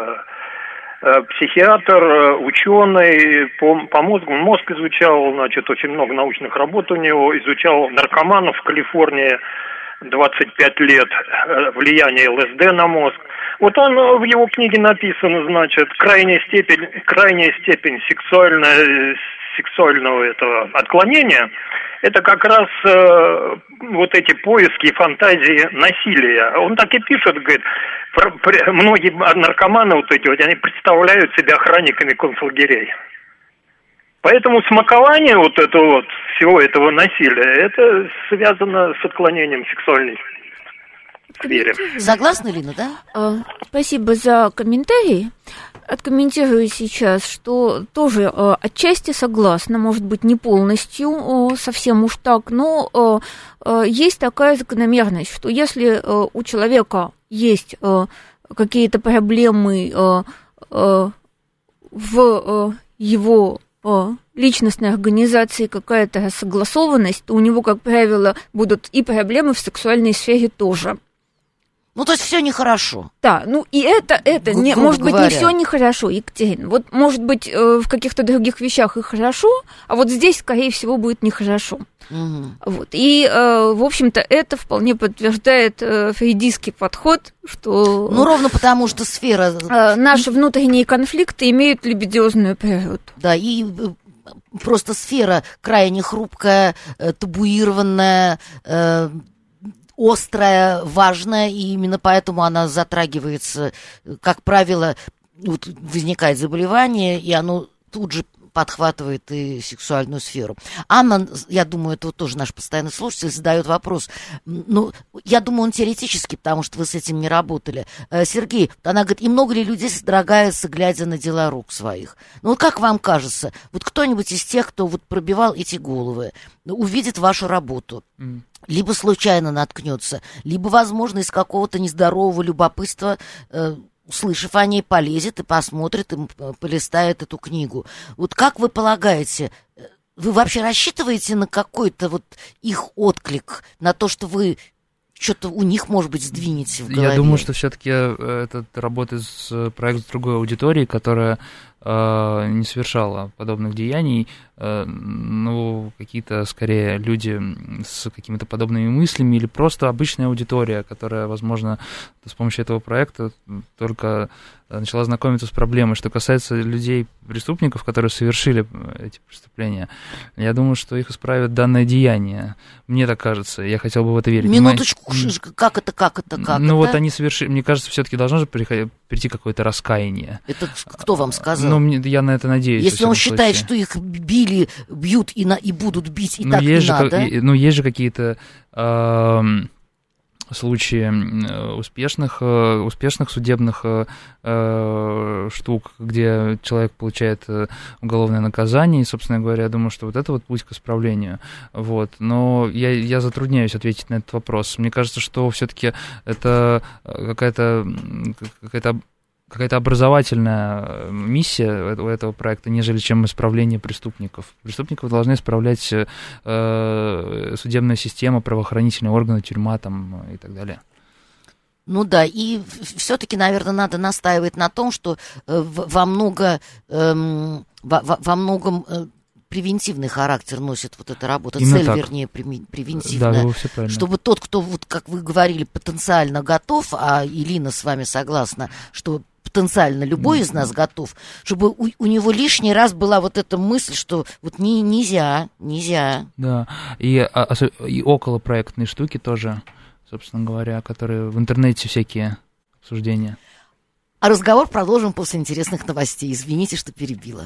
психиатр, ученый, по, по мозгу, мозг изучал, значит, очень много научных работ у него, изучал наркоманов в Калифорнии двадцать пять лет, влияние ЛСД на мозг. Вот он, в его книге написано, значит, крайняя степень, крайняя степень сексуальной, сексуального этого отклонения, это как раз э, вот эти поиски и фантазии насилия. Он так и пишет, говорит, про, про, многие наркоманы вот эти вот, они представляют себя охранниками концлагерей. Поэтому смакование вот этого вот, всего этого насилия, это связано с отклонением сексуальной сферы. Согласна, Лина, да? А, спасибо за комментарий. Откомментирую сейчас, что тоже э, отчасти согласна, может быть, не полностью, э, совсем уж так, но э, э, есть такая закономерность, что если э, у человека есть э, какие-то проблемы э, э, в э, его э, личностной организации, какая-то согласованность, то у него, как правило, будут и проблемы в сексуальной сфере тоже. Ну, то есть все нехорошо. Да, ну и это, это не, может быть, говоря. Не все нехорошо, Екатерина. Вот, может быть, в каких-то других вещах и хорошо, а вот здесь, скорее всего, будет нехорошо. Угу. Вот. И, в общем-то, это вполне подтверждает фрейдистский подход, что... Ну, ровно потому, что сфера... Наши внутренние конфликты имеют либидиозную природу. Да, и... Просто сфера крайне хрупкая, табуированная, острая, важная, и именно поэтому она затрагивается, как правило, вот возникает заболевание, и оно тут же подхватывает и сексуальную сферу. Анна, я думаю, это вот тоже наш постоянный слушатель, задает вопрос. Ну, я думаю, он теоретический, потому что вы с этим не работали. Сергей, она говорит, и много ли людей содрогаются, глядя на дела рук своих? Ну, вот как вам кажется, вот кто-нибудь из тех, кто вот пробивал эти головы, увидит вашу работу, mm. либо случайно наткнется, либо, возможно, из какого-то нездорового любопытства, э, услышав о ней, полезет и посмотрит, и полистает эту книгу. Вот как вы полагаете, вы вообще рассчитываете на какой-то вот их отклик, на то, что вы что-то у них, может быть, сдвинете в голове? Я думаю, что все-таки это работает с проект с другой аудиторией, которая э, не совершала подобных деяний. Э, ну, какие-то, скорее, люди с какими-то подобными мыслями или просто обычная аудитория, которая, возможно, с помощью этого проекта только начала знакомиться с проблемой. Что касается людей, преступников, которые совершили эти преступления, я думаю, что их исправит данное деяние. Мне так кажется, я хотел бы в это верить. Минуточку, как это, как это, как ну, это? Ну вот они совершили, мне кажется, все-таки должно же прийти какое-то раскаяние. Это кто вам сказал? Ну, мне, я на это надеюсь. Если он считает, случае. что их били, бьют и, на, и будут бить, и ну, так есть не же, надо. Ну, есть же какие-то... Э, случаи успешных, успешных судебных э, штук, где человек получает уголовное наказание, и, собственно говоря, я думаю, что вот это вот путь к исправлению. Вот. Но я, я затрудняюсь ответить на этот вопрос. Мне кажется, что все-таки это какая-то, какая-то какая-то образовательная миссия у этого проекта, нежели чем исправление преступников. Преступников должны исправлять э, судебная система, правоохранительные органы, тюрьма там, и так далее. Ну да, и все-таки, наверное, надо настаивать на том, что э, во, много, э, во, во многом э, превентивный характер носит вот эта работа, именно цель, так. вернее, превентивная, да, чтобы тот, кто, вот, как вы говорили, потенциально готов, а Илина с вами согласна, что потенциально любой из нас готов, чтобы у, у него лишний раз была вот эта мысль, что вот не, нельзя, нельзя. Да, и, и околопроектные штуки тоже, собственно говоря, которые в интернете всякие обсуждения. А разговор продолжим после интересных новостей. Извините, что перебила.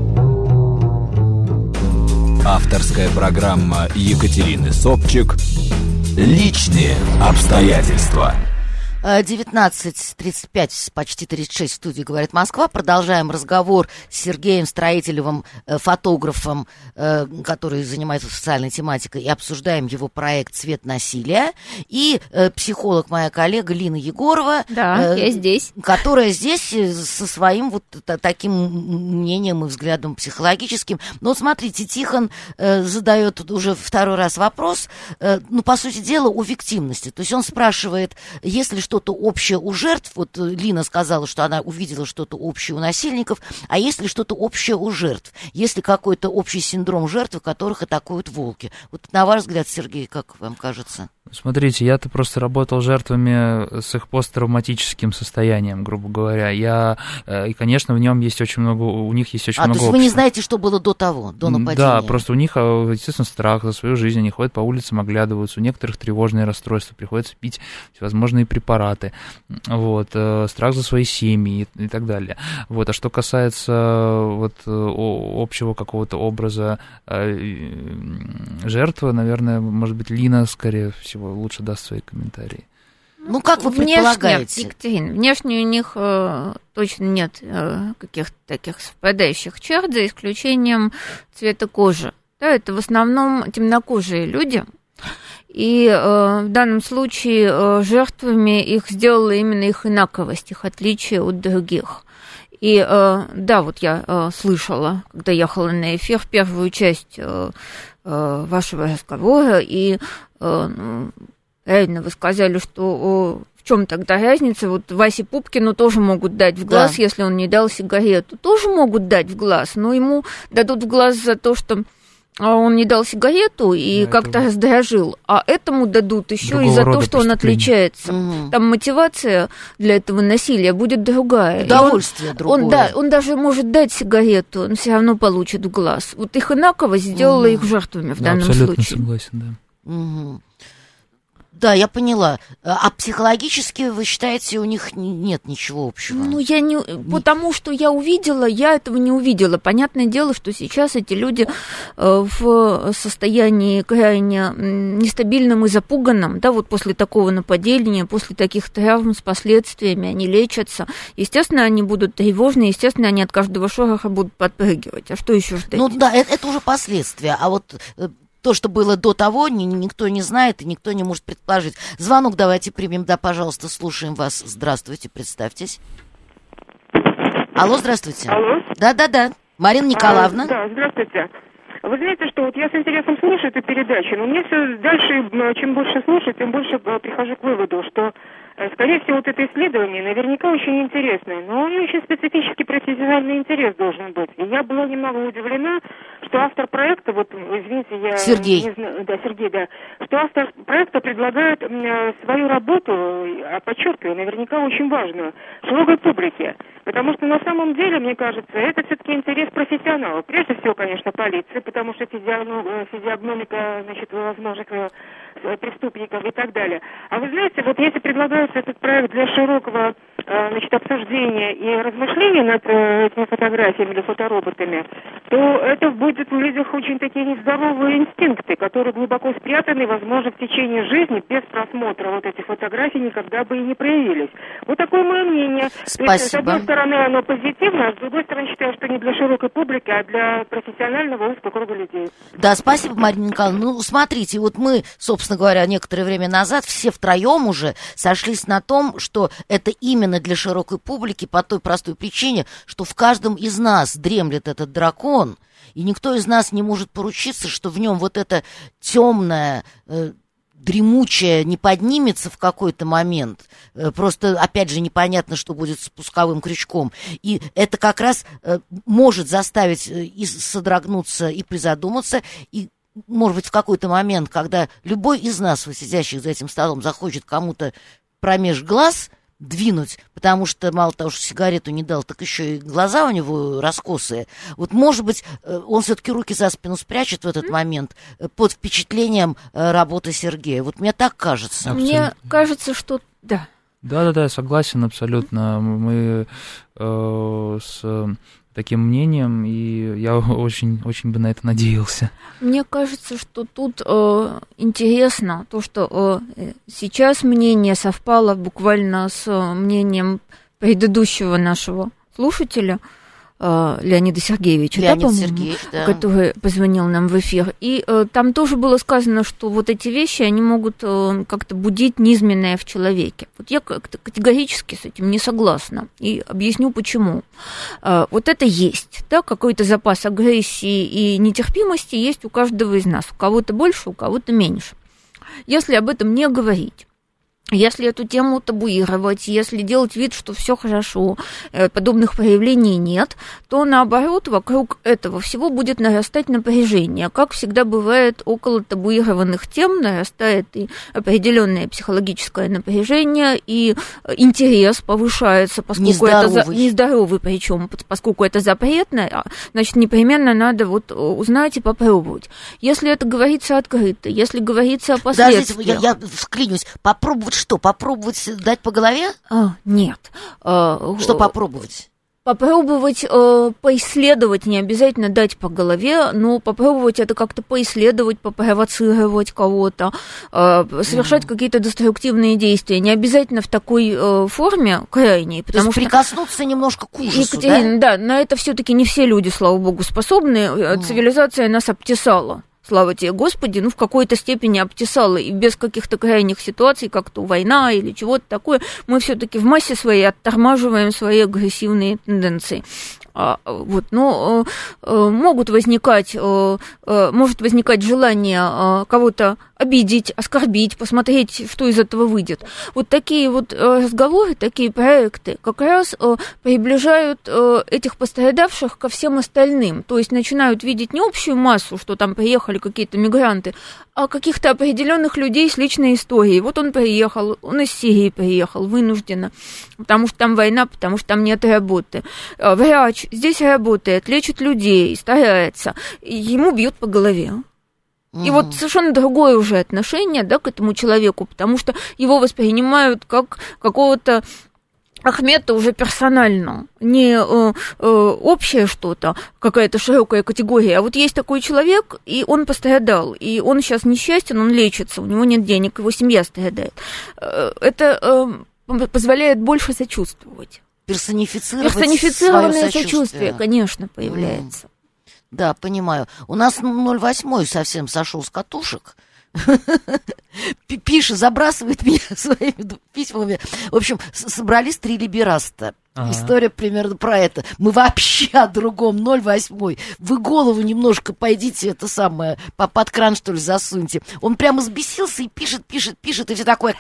Авторская программа Екатерины Собчик «Личные обстоятельства». девятнадцать тридцать пять, почти тридцать шесть в студии «Говорит Москва». Продолжаем разговор с Сергеем Строителевым, фотографом, который занимается социальной тематикой, и обсуждаем его проект «Цвет насилия». И психолог, моя коллега Лина Егорова. Да, я здесь. Которая здесь со своим вот таким мнением и взглядом психологическим. Но вот смотрите, Тихон задает уже второй раз вопрос, ну, по сути дела, о виктимности. То есть он спрашивает, если что что-то общее у жертв, вот Лина сказала, что она увидела что-то общее у насильников, а есть ли что-то общее у жертв? Есть ли какой-то общий синдром жертвы, которых атакуют волки? Вот на ваш взгляд, Сергей, как вам кажется? Смотрите, я-то просто работал с жертвами с их посттравматическим состоянием, грубо говоря. Я, и, конечно, в нем есть очень много, у них есть очень а, много то есть общего. вы не знаете, что было до того, до нападения? Да, просто у них, естественно, страх за свою жизнь, они ходят по улицам, оглядываются, у некоторых тревожные расстройства, приходится пить всевозможные препараты, вот, страх за свои семьи и, и так далее. Вот, а что касается вот общего какого-то образа жертвы, наверное, может быть, Лина, скорее всего, лучше даст свои комментарии. Ну, как вы внешне, предполагаете? Екатерина, внешне у них э, точно нет э, каких-то таких совпадающих черт, за исключением цвета кожи. Да, это в основном темнокожие люди. И э, в данном случае э, жертвами их сделала именно их инаковость, их отличие от других. И э, да, вот я э, слышала, когда ехала на эфир, первую часть э, э, вашего разговора, и э, ну, реально вы сказали, что о, в чем тогда разница? Вот Васе Пупкину тоже могут дать в глаз, да. Если он не дал сигарету. Тоже могут дать в глаз, но ему дадут в глаз за то, что он не дал сигарету и да, как-то это... раздражил, а этому дадут еще и за то, что он отличается. Угу. Там мотивация для этого насилия будет другая. Удовольствие он, другое. Он, да, он даже может дать сигарету, он все равно получит в глаз. Вот их инаковость сделала угу. их жертвами в да, данном абсолютно случае. Согласен, да. Угу. Да, я поняла. А психологически, вы считаете, у них нет ничего общего? Ну, я не... Потому что я увидела, я этого не увидела. Понятное дело, что сейчас эти люди в состоянии крайне нестабильном и запуганном, да, вот после такого нападения, после таких травм с последствиями, они лечатся. Естественно, они будут тревожны, естественно, они от каждого шороха будут подпрыгивать. А что еще ждать? Ну да, это, это уже последствия. А вот... То, что было до того, никто не знает и никто не может предположить. Звонок давайте примем. Да, пожалуйста, слушаем вас. Здравствуйте, представьтесь. Алло, здравствуйте. Алло. Да-да-да. Марина Николаевна. А, да, здравствуйте. Вы знаете, что вот я с интересом слушаю эту передачу, но мне все дальше, чем больше слушаю, тем больше прихожу к выводу, что, скорее всего, вот это исследование наверняка очень интересное, но у него еще специфический профессиональный интерес должен быть. И я была немного удивлена, что автор проекта, вот, извините, я... Сергей. Не знаю, да, Сергей, да. Что автор проекта предлагает свою работу, а подчеркиваю, наверняка очень важную, широкой публике. Потому что на самом деле, мне кажется, это все-таки интерес профессионалов. Прежде всего, конечно, полиции, потому что физиогномика, значит, возможных преступников и так далее. А вы знаете, вот если предлагается этот проект для широкого, значит, обсуждения и размышления над этими фотографиями или фотороботами, то это будет в людях очень такие нездоровые инстинкты, которые глубоко спрятаны, возможно, в течение жизни без просмотра вот этих фотографий никогда бы и не проявились. Вот такое мое мнение. Спасибо. То есть, с одной стороны, оно позитивно, а с другой стороны, считаю, что не для широкой публики, а для профессионального узкого круга людей. Да, спасибо, Марина Николаевна. Ну, смотрите, вот мы, собственно говоря, некоторое время назад все втроем уже сошлись на том, что это именно для широкой публики по той простой причине, что в каждом из нас дремлет этот дракон, и никто из нас не может поручиться, что в нем вот это темное, э, дремучее не поднимется в какой-то момент. Э, просто, опять же, непонятно, что будет с спусковым крючком. И это как раз э, может заставить э, и содрогнуться, и призадуматься, и может быть, в какой-то момент, когда любой из нас, вот, сидящих за этим столом, захочет кому-то промеж глаз двинуть, потому что мало того, что сигарету не дал, так еще и глаза у него раскосые. Вот, может быть, он все-таки руки за спину спрячет в этот момент под впечатлением работы Сергея. Вот мне так кажется. Абсолютно. Мне кажется, что... Да. Да-да-да, я согласен абсолютно. Мы э, с таким мнением, и я очень, очень бы на это надеялся. Мне кажется, что тут э, интересно то, что э, сейчас мнение совпало буквально с мнением предыдущего нашего слушателя, Леонида Сергеевича, Леонид да, Сергеевич, да. который позвонил нам в эфир. И э, там тоже было сказано, что вот эти вещи, они могут э, как-то будить низменное в человеке. Вот я как-то категорически с этим не согласна. И объясню, почему. Э, вот это есть, да, какой-то запас агрессии и нетерпимости есть у каждого из нас. У кого-то больше, у кого-то меньше. Если об этом не говорить, если эту тему табуировать, если делать вид, что все хорошо, подобных проявлений нет, то наоборот, вокруг этого всего будет нарастать напряжение. Как всегда бывает, около табуированных тем нарастает и определенное психологическое напряжение, и интерес повышается, поскольку нездоровый. это за... нездоровый, причем, поскольку это запретно, значит, непременно надо вот узнать и попробовать. Если это говорится открыто, если говорится о последствиях. Подождите, я, я вклинюсь. Попробовать что? Попробовать дать по голове? А, нет. А, что попробовать? Попробовать э, поисследовать, не обязательно дать по голове, но попробовать это как-то поисследовать, попровоцировать кого-то, э, совершать mm. какие-то деструктивные действия. Не обязательно в такой э, форме крайней. Потому То есть что прикоснуться немножко к ужасу, Екатерина, да? Да, на это все-таки не все люди, слава богу, способны. Mm. Цивилизация нас обтесала. Слава тебе, Господи, ну, в какой-то степени обтесала, и без каких-то крайних ситуаций, как то война или чего-то такое, мы все-таки в массе своей оттормаживаем свои агрессивные тенденции. А, вот, но э, могут возникать, э, э, может возникать желание э, кого-то обидеть, оскорбить, посмотреть, что из этого выйдет. Вот такие вот э, разговоры, такие проекты как раз э, приближают э, этих пострадавших ко всем остальным. То есть начинают видеть не общую массу, что там приехали какие-то мигранты, а каких-то определенных людей с личной историей. Вот он приехал, он из Сирии приехал, вынужденно, потому что там война, потому что там нет работы. Врач здесь работает, лечит людей, старается, ему бьют по голове. И mm-hmm. вот совершенно другое уже отношение, да, к этому человеку, потому что его воспринимают как какого-то Ахмета уже персонально, не э, э, общее что-то, какая-то широкая категория, а вот есть такой человек, и он пострадал, и он сейчас несчастен, он лечится, у него нет денег, его семья страдает. Это э, позволяет больше сочувствовать. Персонифицировать Персонифицированное свое сочувствие. сочувствие, конечно, появляется. Да, понимаю. У нас ноль восемь совсем сошел с катушек. Пишет, забрасывает меня своими письмами. В общем, собрались три либераста. Ага. История примерно про это. Мы вообще о другом. ноль восемь. Вы голову немножко пойдите, это самое, под кран, что ли, засуньте. Он прямо взбесился и пишет, пишет, пишет, и все такое.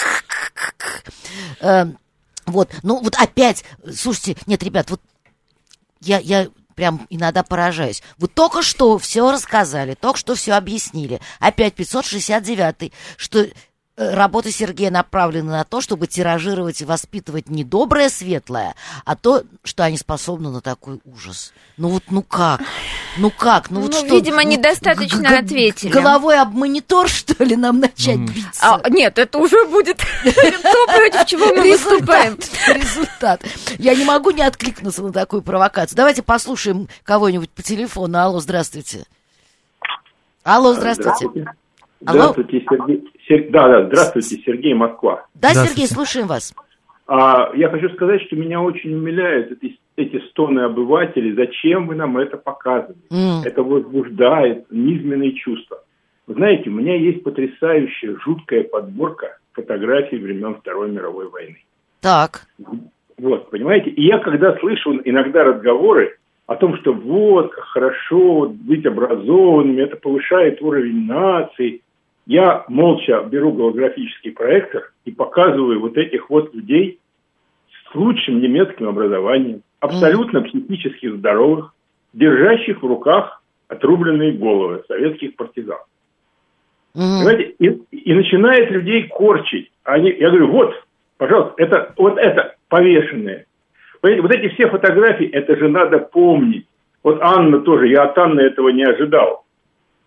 Вот, ну вот опять, слушайте, нет, ребят, вот я, я прям иногда поражаюсь. Вы только что все рассказали, только что все объяснили. Опять пятьсот шестьдесят девятый, что работа Сергея направлена на то, чтобы тиражировать и воспитывать не доброе, светлое, а то, что они способны на такой ужас. Ну вот, ну как? Ну как? Ну, вот ну что? видимо, недостаточно г- г- ответили. Головой об монитор, что ли, нам начать mm. биться? А, нет, это уже будет то, против чего мы выступаем. Результат. Я не могу не откликнуться на такую провокацию. Давайте послушаем кого-нибудь по телефону. Алло, здравствуйте. Алло, здравствуйте. Здравствуйте, Сергей. Сер... Да, да, здравствуйте, Сергей, Москва. Да, Сергей, слушаем вас. А, я хочу сказать, что меня очень умиляют эти, эти стоны обывателей. Зачем вы нам это показываете? Mm. Это возбуждает низменные чувства. Вы знаете, у меня есть потрясающая, жуткая подборка фотографий времен Второй мировой войны. Так. Вот, понимаете? И я, когда слышу иногда разговоры о том, что вот, как хорошо быть образованными, это повышает уровень нации, я молча беру голографический проектор и показываю вот этих вот людей с лучшим немецким образованием, абсолютно mm. психически здоровых, держащих в руках отрубленные головы советских партизан. Mm. Понимаете? И, и начинает людей корчить. Они, я говорю, вот, пожалуйста, это, вот это повешенные. Понимаете, вот эти все фотографии, это же надо помнить. Вот Анна тоже, я от Анны этого не ожидал.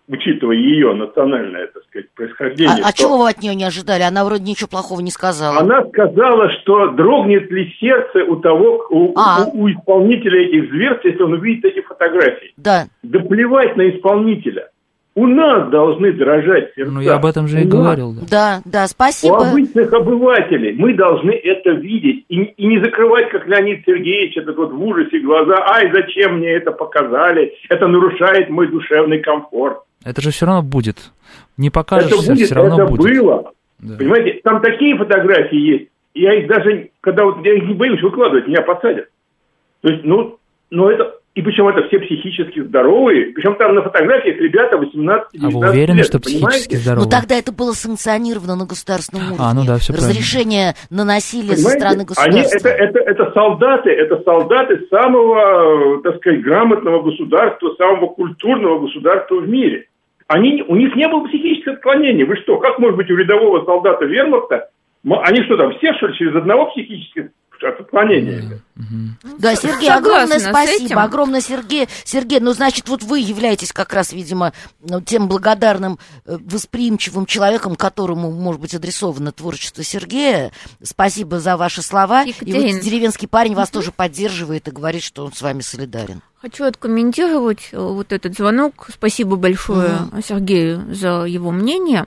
учитывая ее национальное, так сказать, происхождение. А, а чего вы от нее не ожидали? Она вроде ничего плохого не сказала. Она сказала, что дрогнет ли сердце у того, у, а. у, у исполнителя этих зверств, если он увидит эти фотографии. Да. Да плевать на исполнителя. У нас должны дрожать сердца. Ну, я об этом же и говорил. Да, да, да, спасибо. У обычных обывателей мы должны это видеть. И, и не закрывать, как Леонид Сергеевич, этот вот в ужасе глаза. Ай, зачем мне это показали? Это нарушает мой душевный комфорт. Это же все равно будет. Не покажешься, это будет, все равно это будет. было. Да. Понимаете, там такие фотографии есть. Я их даже, когда вот я их не боюсь выкладывать, меня посадят. То есть, ну, ну это... И причем это все психически здоровые. Причем там на фотографиях ребята восемнадцать-девятнадцать лет. А вы уверены, лет, что психически здоровые? Ну тогда это было санкционировано на государственном уровне. А, ну да, все Разрешение правильно. На насилие понимаете? со стороны государства. Они, это, это, это солдаты, это солдаты самого, так сказать, грамотного государства, самого культурного государства в мире. Они, у них не было психического отклонения. Вы что, как может быть у рядового солдата вермахта? Они что там, все что ли через одного психического отклонения? Mm-hmm. Да, Сергей, Согласна огромное спасибо, огромное, Сергей. Сергей, ну, значит, вот вы являетесь как раз, видимо, тем благодарным, восприимчивым человеком, которому, может быть, адресовано творчество Сергея. Спасибо за ваши слова. Екатерина. И вот деревенский парень вас mm-hmm. тоже поддерживает и говорит, что он с вами солидарен. Хочу откомментировать вот этот звонок. Спасибо большое mm-hmm. Сергею за его мнение.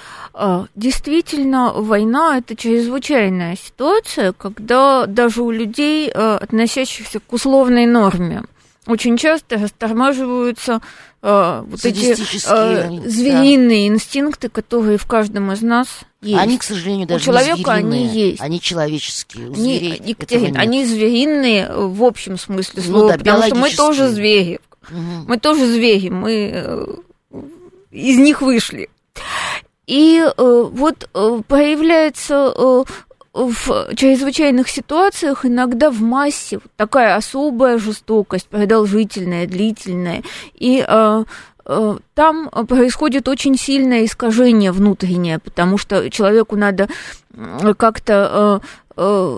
Действительно, война – это чрезвычайная ситуация, когда даже у людей, относящихся к условной норме, очень часто растормаживаются вот эти звериные да. инстинкты, которые в каждом из нас есть. Они, к сожалению, даже у человека не звериные, они есть. Они человеческие. У они, зверей Екатерина, они звериные в общем смысле слова, ну, да, потому что мы тоже звери. Угу. Мы тоже звери, мы из них вышли. И э, вот э, появляется э, в чрезвычайных ситуациях иногда в массе такая особая жестокость, продолжительная, длительная. И э, э, там происходит очень сильное искажение внутреннее, потому что человеку надо как-то... Э, э,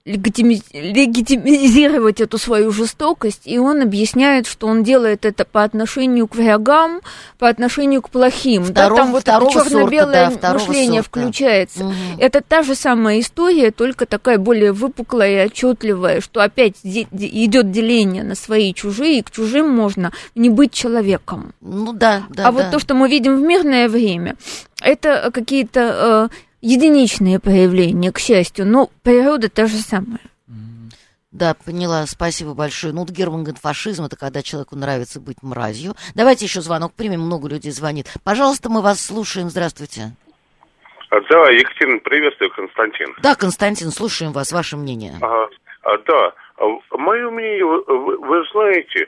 легитимизировать эту свою жестокость, и он объясняет, что он делает это по отношению к врагам, по отношению к плохим. Второго, да, там вот это черно-белое да, мышление сорта. Включается. Угу. Это та же самая история, только такая более выпуклая и отчетливая, что опять идет деление на свои и чужие, и к чужим можно не быть человеком. Ну да, да. А да. вот то, что мы видим в мирное время, это какие-то... единичные проявления, к счастью, но природа та же самая. Да, поняла, спасибо большое. Ну, вот Герман говорит, фашизм – это когда человеку нравится быть мразью. Давайте еще звонок примем, много людей звонит. Пожалуйста, мы вас слушаем, здравствуйте. Да, Екатерина, приветствую, Константин. Да, Константин, слушаем вас, ваше мнение. А, да, мое мнение, вы, вы знаете,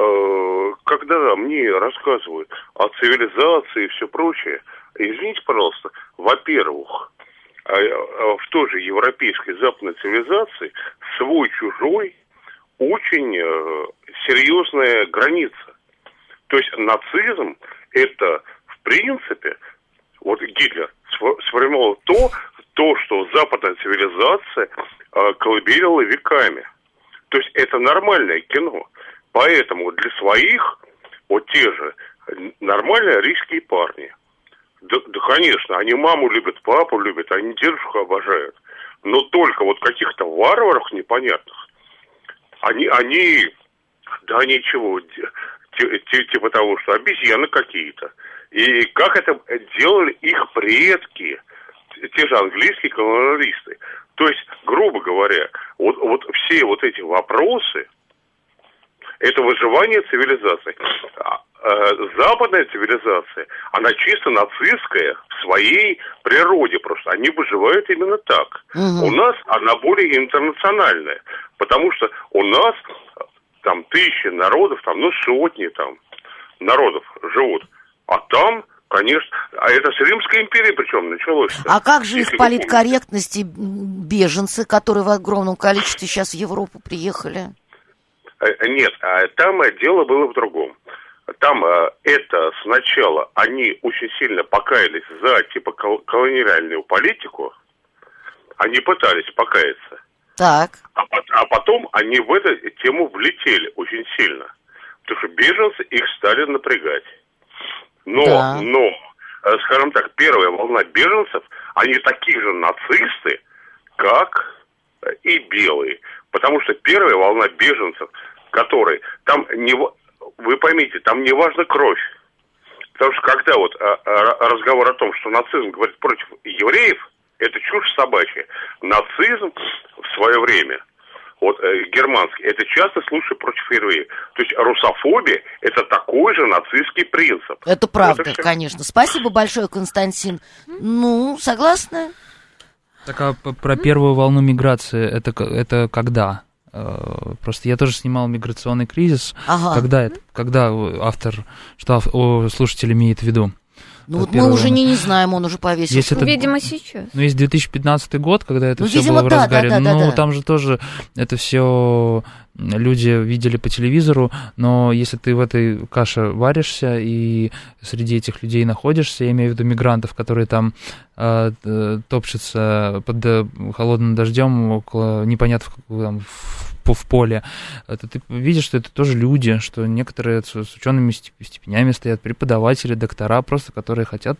когда мне рассказывают о цивилизации и все прочее, извините, пожалуйста, во-первых, в той же европейской западной цивилизации свой-чужой очень серьезная граница. То есть нацизм это, в принципе, вот Гитлер сформировал то, то, что западная цивилизация колыбелила веками. То есть это нормальное кино. Поэтому для своих вот те же нормальные арийские парни. Да, да, конечно, они маму любят, папу любят, они дедушку обожают. Но только вот каких-то варваров непонятных, они, они, да ничего, типа того, что обезьяны какие-то. И как это делали их предки, те же английские колониалисты. То есть, грубо говоря, вот, вот все вот эти вопросы, это выживание цивилизации. Западная цивилизация, она чисто нацистская в своей природе просто. Они выживают именно так. Угу. У нас она более интернациональная, потому что у нас там тысячи народов, там, ну, сотни там народов живут. А там, конечно, а это с Римской империи причем началось. А как же их политкорректность и беженцы, которые в огромном количестве сейчас в Европу приехали? Нет, там дело было в другом. Там это сначала они очень сильно покаялись за типа колониальную политику, они пытались покаяться. Так. А, а потом они в эту тему влетели очень сильно, потому что беженцы их стали напрягать. Но, Да. но, э, скажем так, первая волна беженцев, они такие же нацисты, как э, и белые. Потому что первая волна беженцев, которые, там, не, в- вы поймите, там не важна кровь. Потому что когда вот а, а, разговор о том, что нацизм говорит против евреев, это чушь собачья. Нацизм в свое время, вот э, германский, это часто случай против евреев. То есть русофобия – это такой же нацистский принцип. Это правда, Вот и всё. конечно. Спасибо большое, Константин. Ну, согласна? Так а п- про первую волну миграции это, к- это когда? Э, Просто я тоже снимал «Миграционный кризис». Ага. Когда, это, когда автор, что ав- о, слушатель имеет в виду? Ну, Это вот мы первая уже волна. не, не знаем, он уже повесил. Если это- Видимо, сейчас. Ну, есть две тысячи пятнадцатый год, когда это Ну, все видимо, было в да, разгаре. да, да, ну, да, да. там же тоже это все люди видели по телевизору, но если ты в этой каше варишься и среди этих людей находишься, я имею в виду мигрантов, которые там э, э, топчутся под э, холодным дождем около непонятно в, каком там, в, по- в поле, это ты видишь, что это тоже люди, что некоторые с, с учеными степ- степенями стоят, преподаватели, доктора просто, которые хотят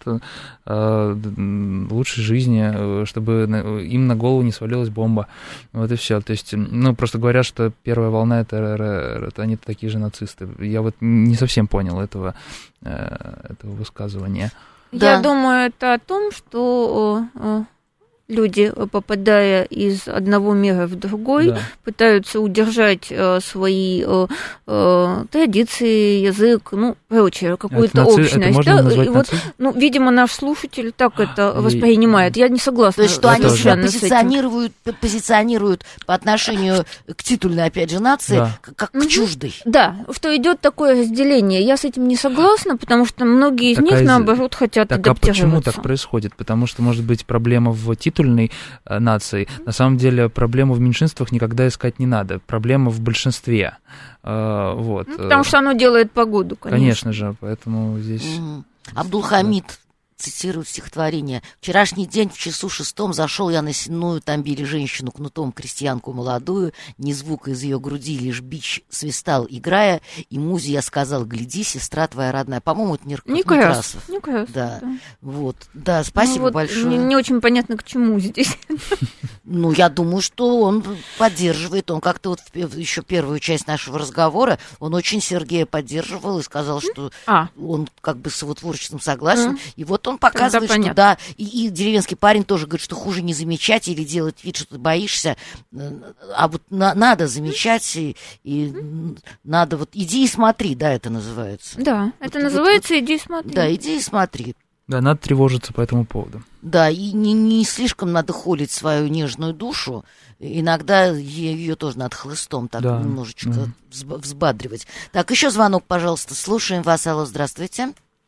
э, д- лучшей жизни, э, чтобы на- им на голову не свалилась бомба. Вот и все. То есть, ну, просто говорят, что первая волна это, это, это они такие же нацисты. Я вот не совсем понял этого, э, этого высказывания. Да. Я думаю, это о том, что э, люди, попадая из одного мира в другой, Да. пытаются удержать э, свои э, э, традиции, язык, ну, прочее, какую-то Это наци- общность. это можно да? назвать И вот, нацизмом? ну, видимо, наш слушатель так это И- воспринимает. Я не согласна. То есть, что Я они тоже. себя совершенно с этим. позиционируют, позиционируют по отношению к титульной, опять же, нации, Да. к- как к Мгм. чуждой. Да, что идет такое разделение. Я с этим не согласна, потому что многие из Так, них, а из- наоборот, хотят Так а почему адаптироваться. так происходит? Потому что, может быть, проблема в титульной э, нации. На самом деле, проблему в меньшинствах никогда искать не надо. Проблема в большинстве. Э, вот. Ну, потому что оно делает погоду, конечно. Конечно же, поэтому здесь... Мгм. Абдулхамид цитирует стихотворение. «Вчерашний день в часу шестом зашел я на сенную, там били женщину кнутом, крестьянку молодую, ни звука из ее груди, лишь бич свистал, играя, и музе я сказал, гляди, сестра твоя родная». По-моему, это Нер- Некрасов. Некрасов. Некрасов, Да. да. Вот. Да, спасибо Ну, вот большое. Не, не очень понятно, к чему здесь. Ну, я думаю, что он поддерживает, он как-то вот в пе- еще первую часть нашего разговора, он очень Сергея поддерживал и сказал, что А. он как бы с его творчеством согласен. Мгм. И вот он показывает, Тогда что да, и, и деревенский парень тоже говорит, что хуже не замечать или делать вид, что ты боишься, э, а вот на- надо замечать, и, и м, надо вот, иди и смотри, да, это называется. Да, Вот- это вот- называется «иди смотри». Да, иди и смотри. Да, надо тревожиться по этому поводу. Да, и не, не слишком надо холить свою нежную душу. Иногда ее тоже надо хлыстом так Да, немножечко да. взб- взбадривать. Так, еще звонок, пожалуйста. Слушаем вас. Алло, здравствуйте.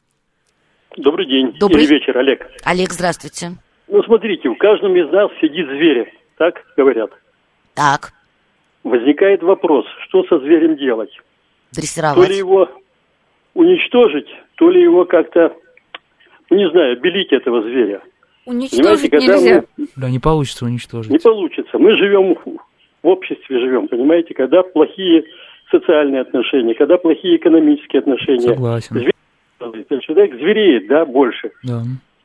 Добрый день. Добрый. Или вечер, Олег. Олег, здравствуйте. Ну, смотрите, в каждом из нас сидит зверь, так говорят. Так, Возникает вопрос, что со зверем делать? То дрессировать. ли его уничтожить, то ли его как-то, ну, не знаю, белить этого зверя. Уничтожить Понимаете, когда нельзя. мы- Да, не получится уничтожить. Не получится. Мы живем в обществе, живем, понимаете, когда плохие социальные отношения, когда плохие экономические отношения. Согласен. Зверь- Человек звереет, да, больше. Да.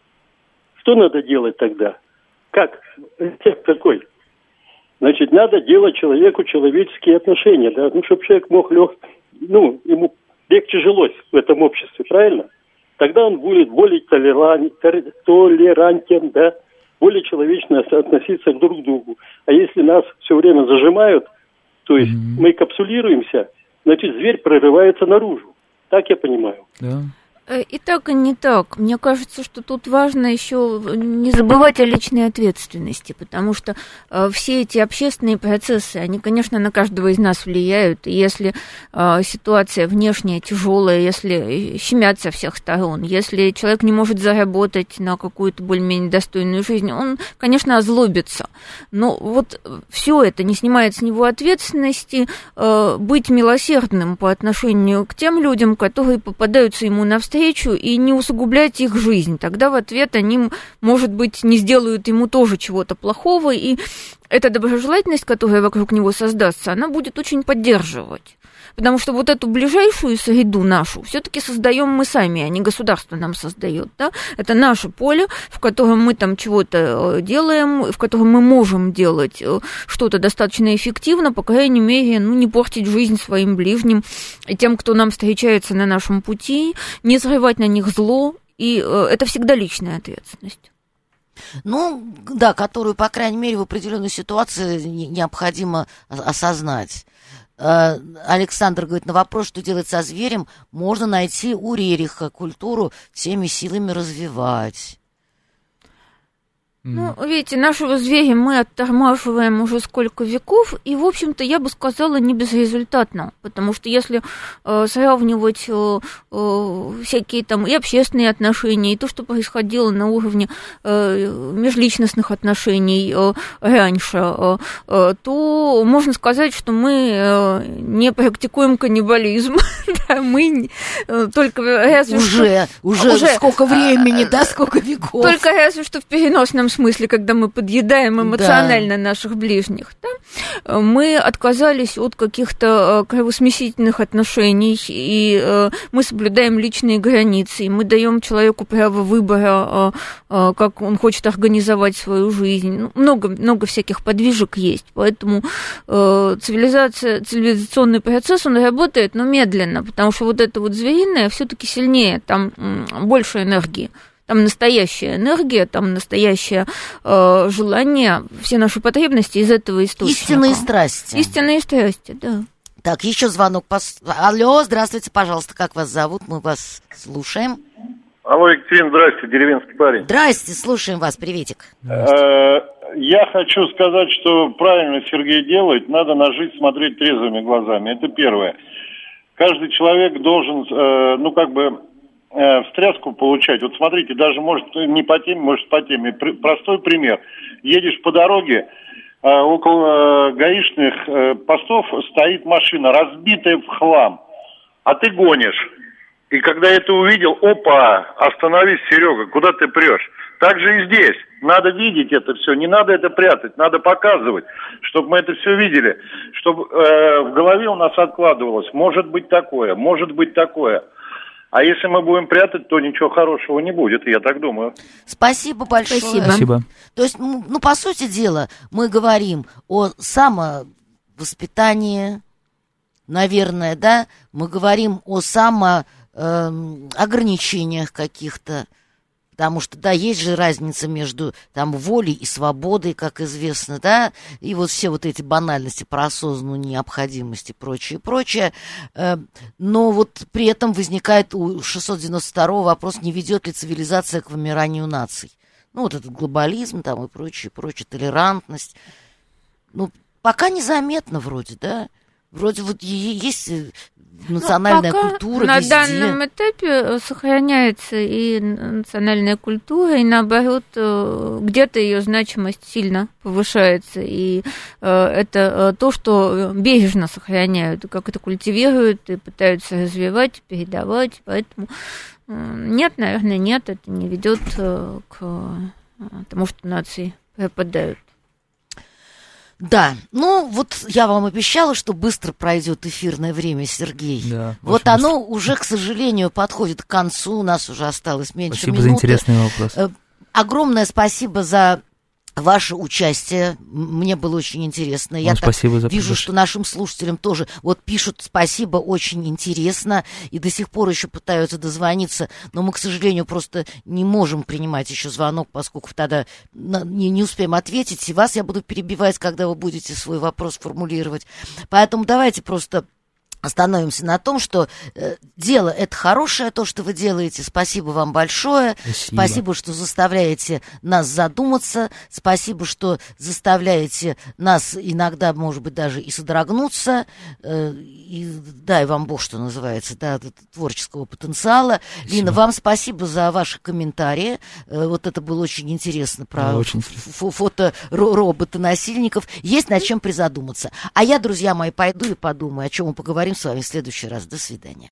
Что надо делать тогда? Как? Рецепт какой? Значит, надо делать человеку человеческие отношения, да, ну, чтобы человек мог лег, ну, ему легче жилось в этом обществе, правильно? Тогда он будет более толеран- тор- толерантен, да, более человечно относиться друг к другу. А если нас все время зажимают, то есть Мгм. мы капсулируемся, значит, зверь прорывается наружу. Так я понимаю. Да. Э, И так, и не так. Мне кажется, что тут важно еще не забывать о личной ответственности, потому что э, все эти общественные процессы, они, конечно, на каждого из нас влияют. И если э, ситуация внешняя тяжелая, если щемят со всех сторон, если человек не может заработать на какую-то более-менее достойную жизнь, он, конечно, озлобится. Но вот все это не снимает с него ответственности э, быть милосердным по отношению к тем людям, которые попадаются ему навстречу, и не усугублять их жизнь. Тогда в ответ они, может быть, не сделают ему тоже чего-то плохого, и эта доброжелательность, которая вокруг него создастся, она будет очень поддерживать. Потому что вот эту ближайшую среду нашу все-таки создаем мы сами, а не государство нам создает. Да? Это наше поле, в котором мы там чего-то делаем, в котором мы можем делать что-то достаточно эффективно, по крайней мере, ну, не портить жизнь своим ближним и тем, кто нам встречается на нашем пути, не срывать на них зло, и это всегда личная ответственность. Ну, да, которую, по крайней мере, в определенной ситуации необходимо осознать. Александр говорит, на вопрос, что делать со зверем, можно найти у Рериха, культуру всеми силами развивать. Ну, видите, нашего зверя мы оттормаживаем уже сколько веков, и, в общем-то, я бы сказала, не безрезультатно, потому что если э, сравнивать э, э, всякие там и общественные отношения, и то, что происходило на уровне э, межличностных отношений э, раньше, э, э, то можно сказать, что мы э, не практикуем каннибализм, мы э, только разве уже, что... Уже, уже сколько времени, да, сколько веков. Только разве что в переносном смысле, когда мы подъедаем эмоционально да. наших ближних, да, мы отказались от каких-то кровосмесительных отношений, и мы соблюдаем личные границы, и мы даем человеку право выбора, как он хочет организовать свою жизнь. Много, много всяких подвижек есть, поэтому цивилизация, цивилизационный процесс, он работает, но медленно, потому что вот это вот звериное все-таки сильнее, там больше энергии. Там настоящая энергия, там настоящее э, желание, все наши потребности из этого источника. Истинные страсти. Истинные страсти, да. Так, еще звонок. Пос... Алло, здравствуйте, пожалуйста, как вас зовут? Мы вас слушаем. Алло, Екатерина, здрасте, деревенский парень. Здрасте, слушаем вас, приветик. Я хочу сказать, что правильно Сергей делает, надо на жизнь смотреть трезвыми глазами, это первое. Каждый человек должен, ну, как бы... встряску получать. Вот смотрите, даже может не по теме, может по теме. Простой пример. Едешь по дороге, около гаишных постов стоит машина, разбитая в хлам, а ты гонишь. И когда я это увидел, опа, остановись, Серега, куда ты прешь? Так же и здесь. Надо видеть это все, не надо это прятать, надо показывать, чтобы мы это все видели, чтобы э, в голове у нас откладывалось, может быть такое, может быть такое. А если мы будем прятать, то ничего хорошего не будет, я так думаю. Спасибо большое. Спасибо. Спасибо. То есть, ну, по сути дела, мы говорим о самовоспитании, наверное, да, мы говорим о самоограничениях каких-то, потому что, да, есть же разница между там волей и свободой, как известно, да, и вот все вот эти банальности про осознанную необходимость и прочее, прочее. Но вот при этом возникает у шестьсот девяносто второго вопрос, не ведет ли цивилизация к вымиранию наций. Ну, вот этот глобализм там и прочее, прочее, толерантность. Ну, пока незаметно вроде, да. Вроде вот есть национальная ну, культура на везде. На данном этапе сохраняется и национальная культура, и наоборот, где-то ее значимость сильно повышается. И это то, что бережно сохраняют, как это культивируют и пытаются развивать, передавать. Поэтому нет, наверное, нет, это не ведет к тому, что нации пропадают. Да, ну вот я вам обещала, что быстро пройдет эфирное время, Сергей. Да, вот оно быстро. Уже, к сожалению, подходит к концу, у нас уже осталось меньше спасибо минуты. Спасибо за интересный вопрос. Огромное спасибо за ваше участие, мне было очень интересно. Вам я спасибо так за вижу, что нашим слушателям тоже вот пишут спасибо, очень интересно, и до сих пор еще пытаются дозвониться, но мы, к сожалению, просто не можем принимать еще звонок, поскольку тогда не, не успеем ответить, и вас я буду перебивать, когда вы будете свой вопрос формулировать. Поэтому давайте просто остановимся на том, что э, дело это хорошее, то, что вы делаете. Спасибо вам большое. Спасибо. Спасибо, что заставляете нас задуматься. Спасибо, что заставляете нас иногда, может быть, даже и содрогнуться. Э, и дай вам Бог, что называется, да, творческого потенциала. Спасибо. Лина, вам спасибо за ваши комментарии. Э, вот это было очень интересно про да, очень фото робота-насильников. Есть над чем призадуматься. А я, друзья мои, пойду и подумаю, о чем мы поговорим с вами в следующий раз. До свидания.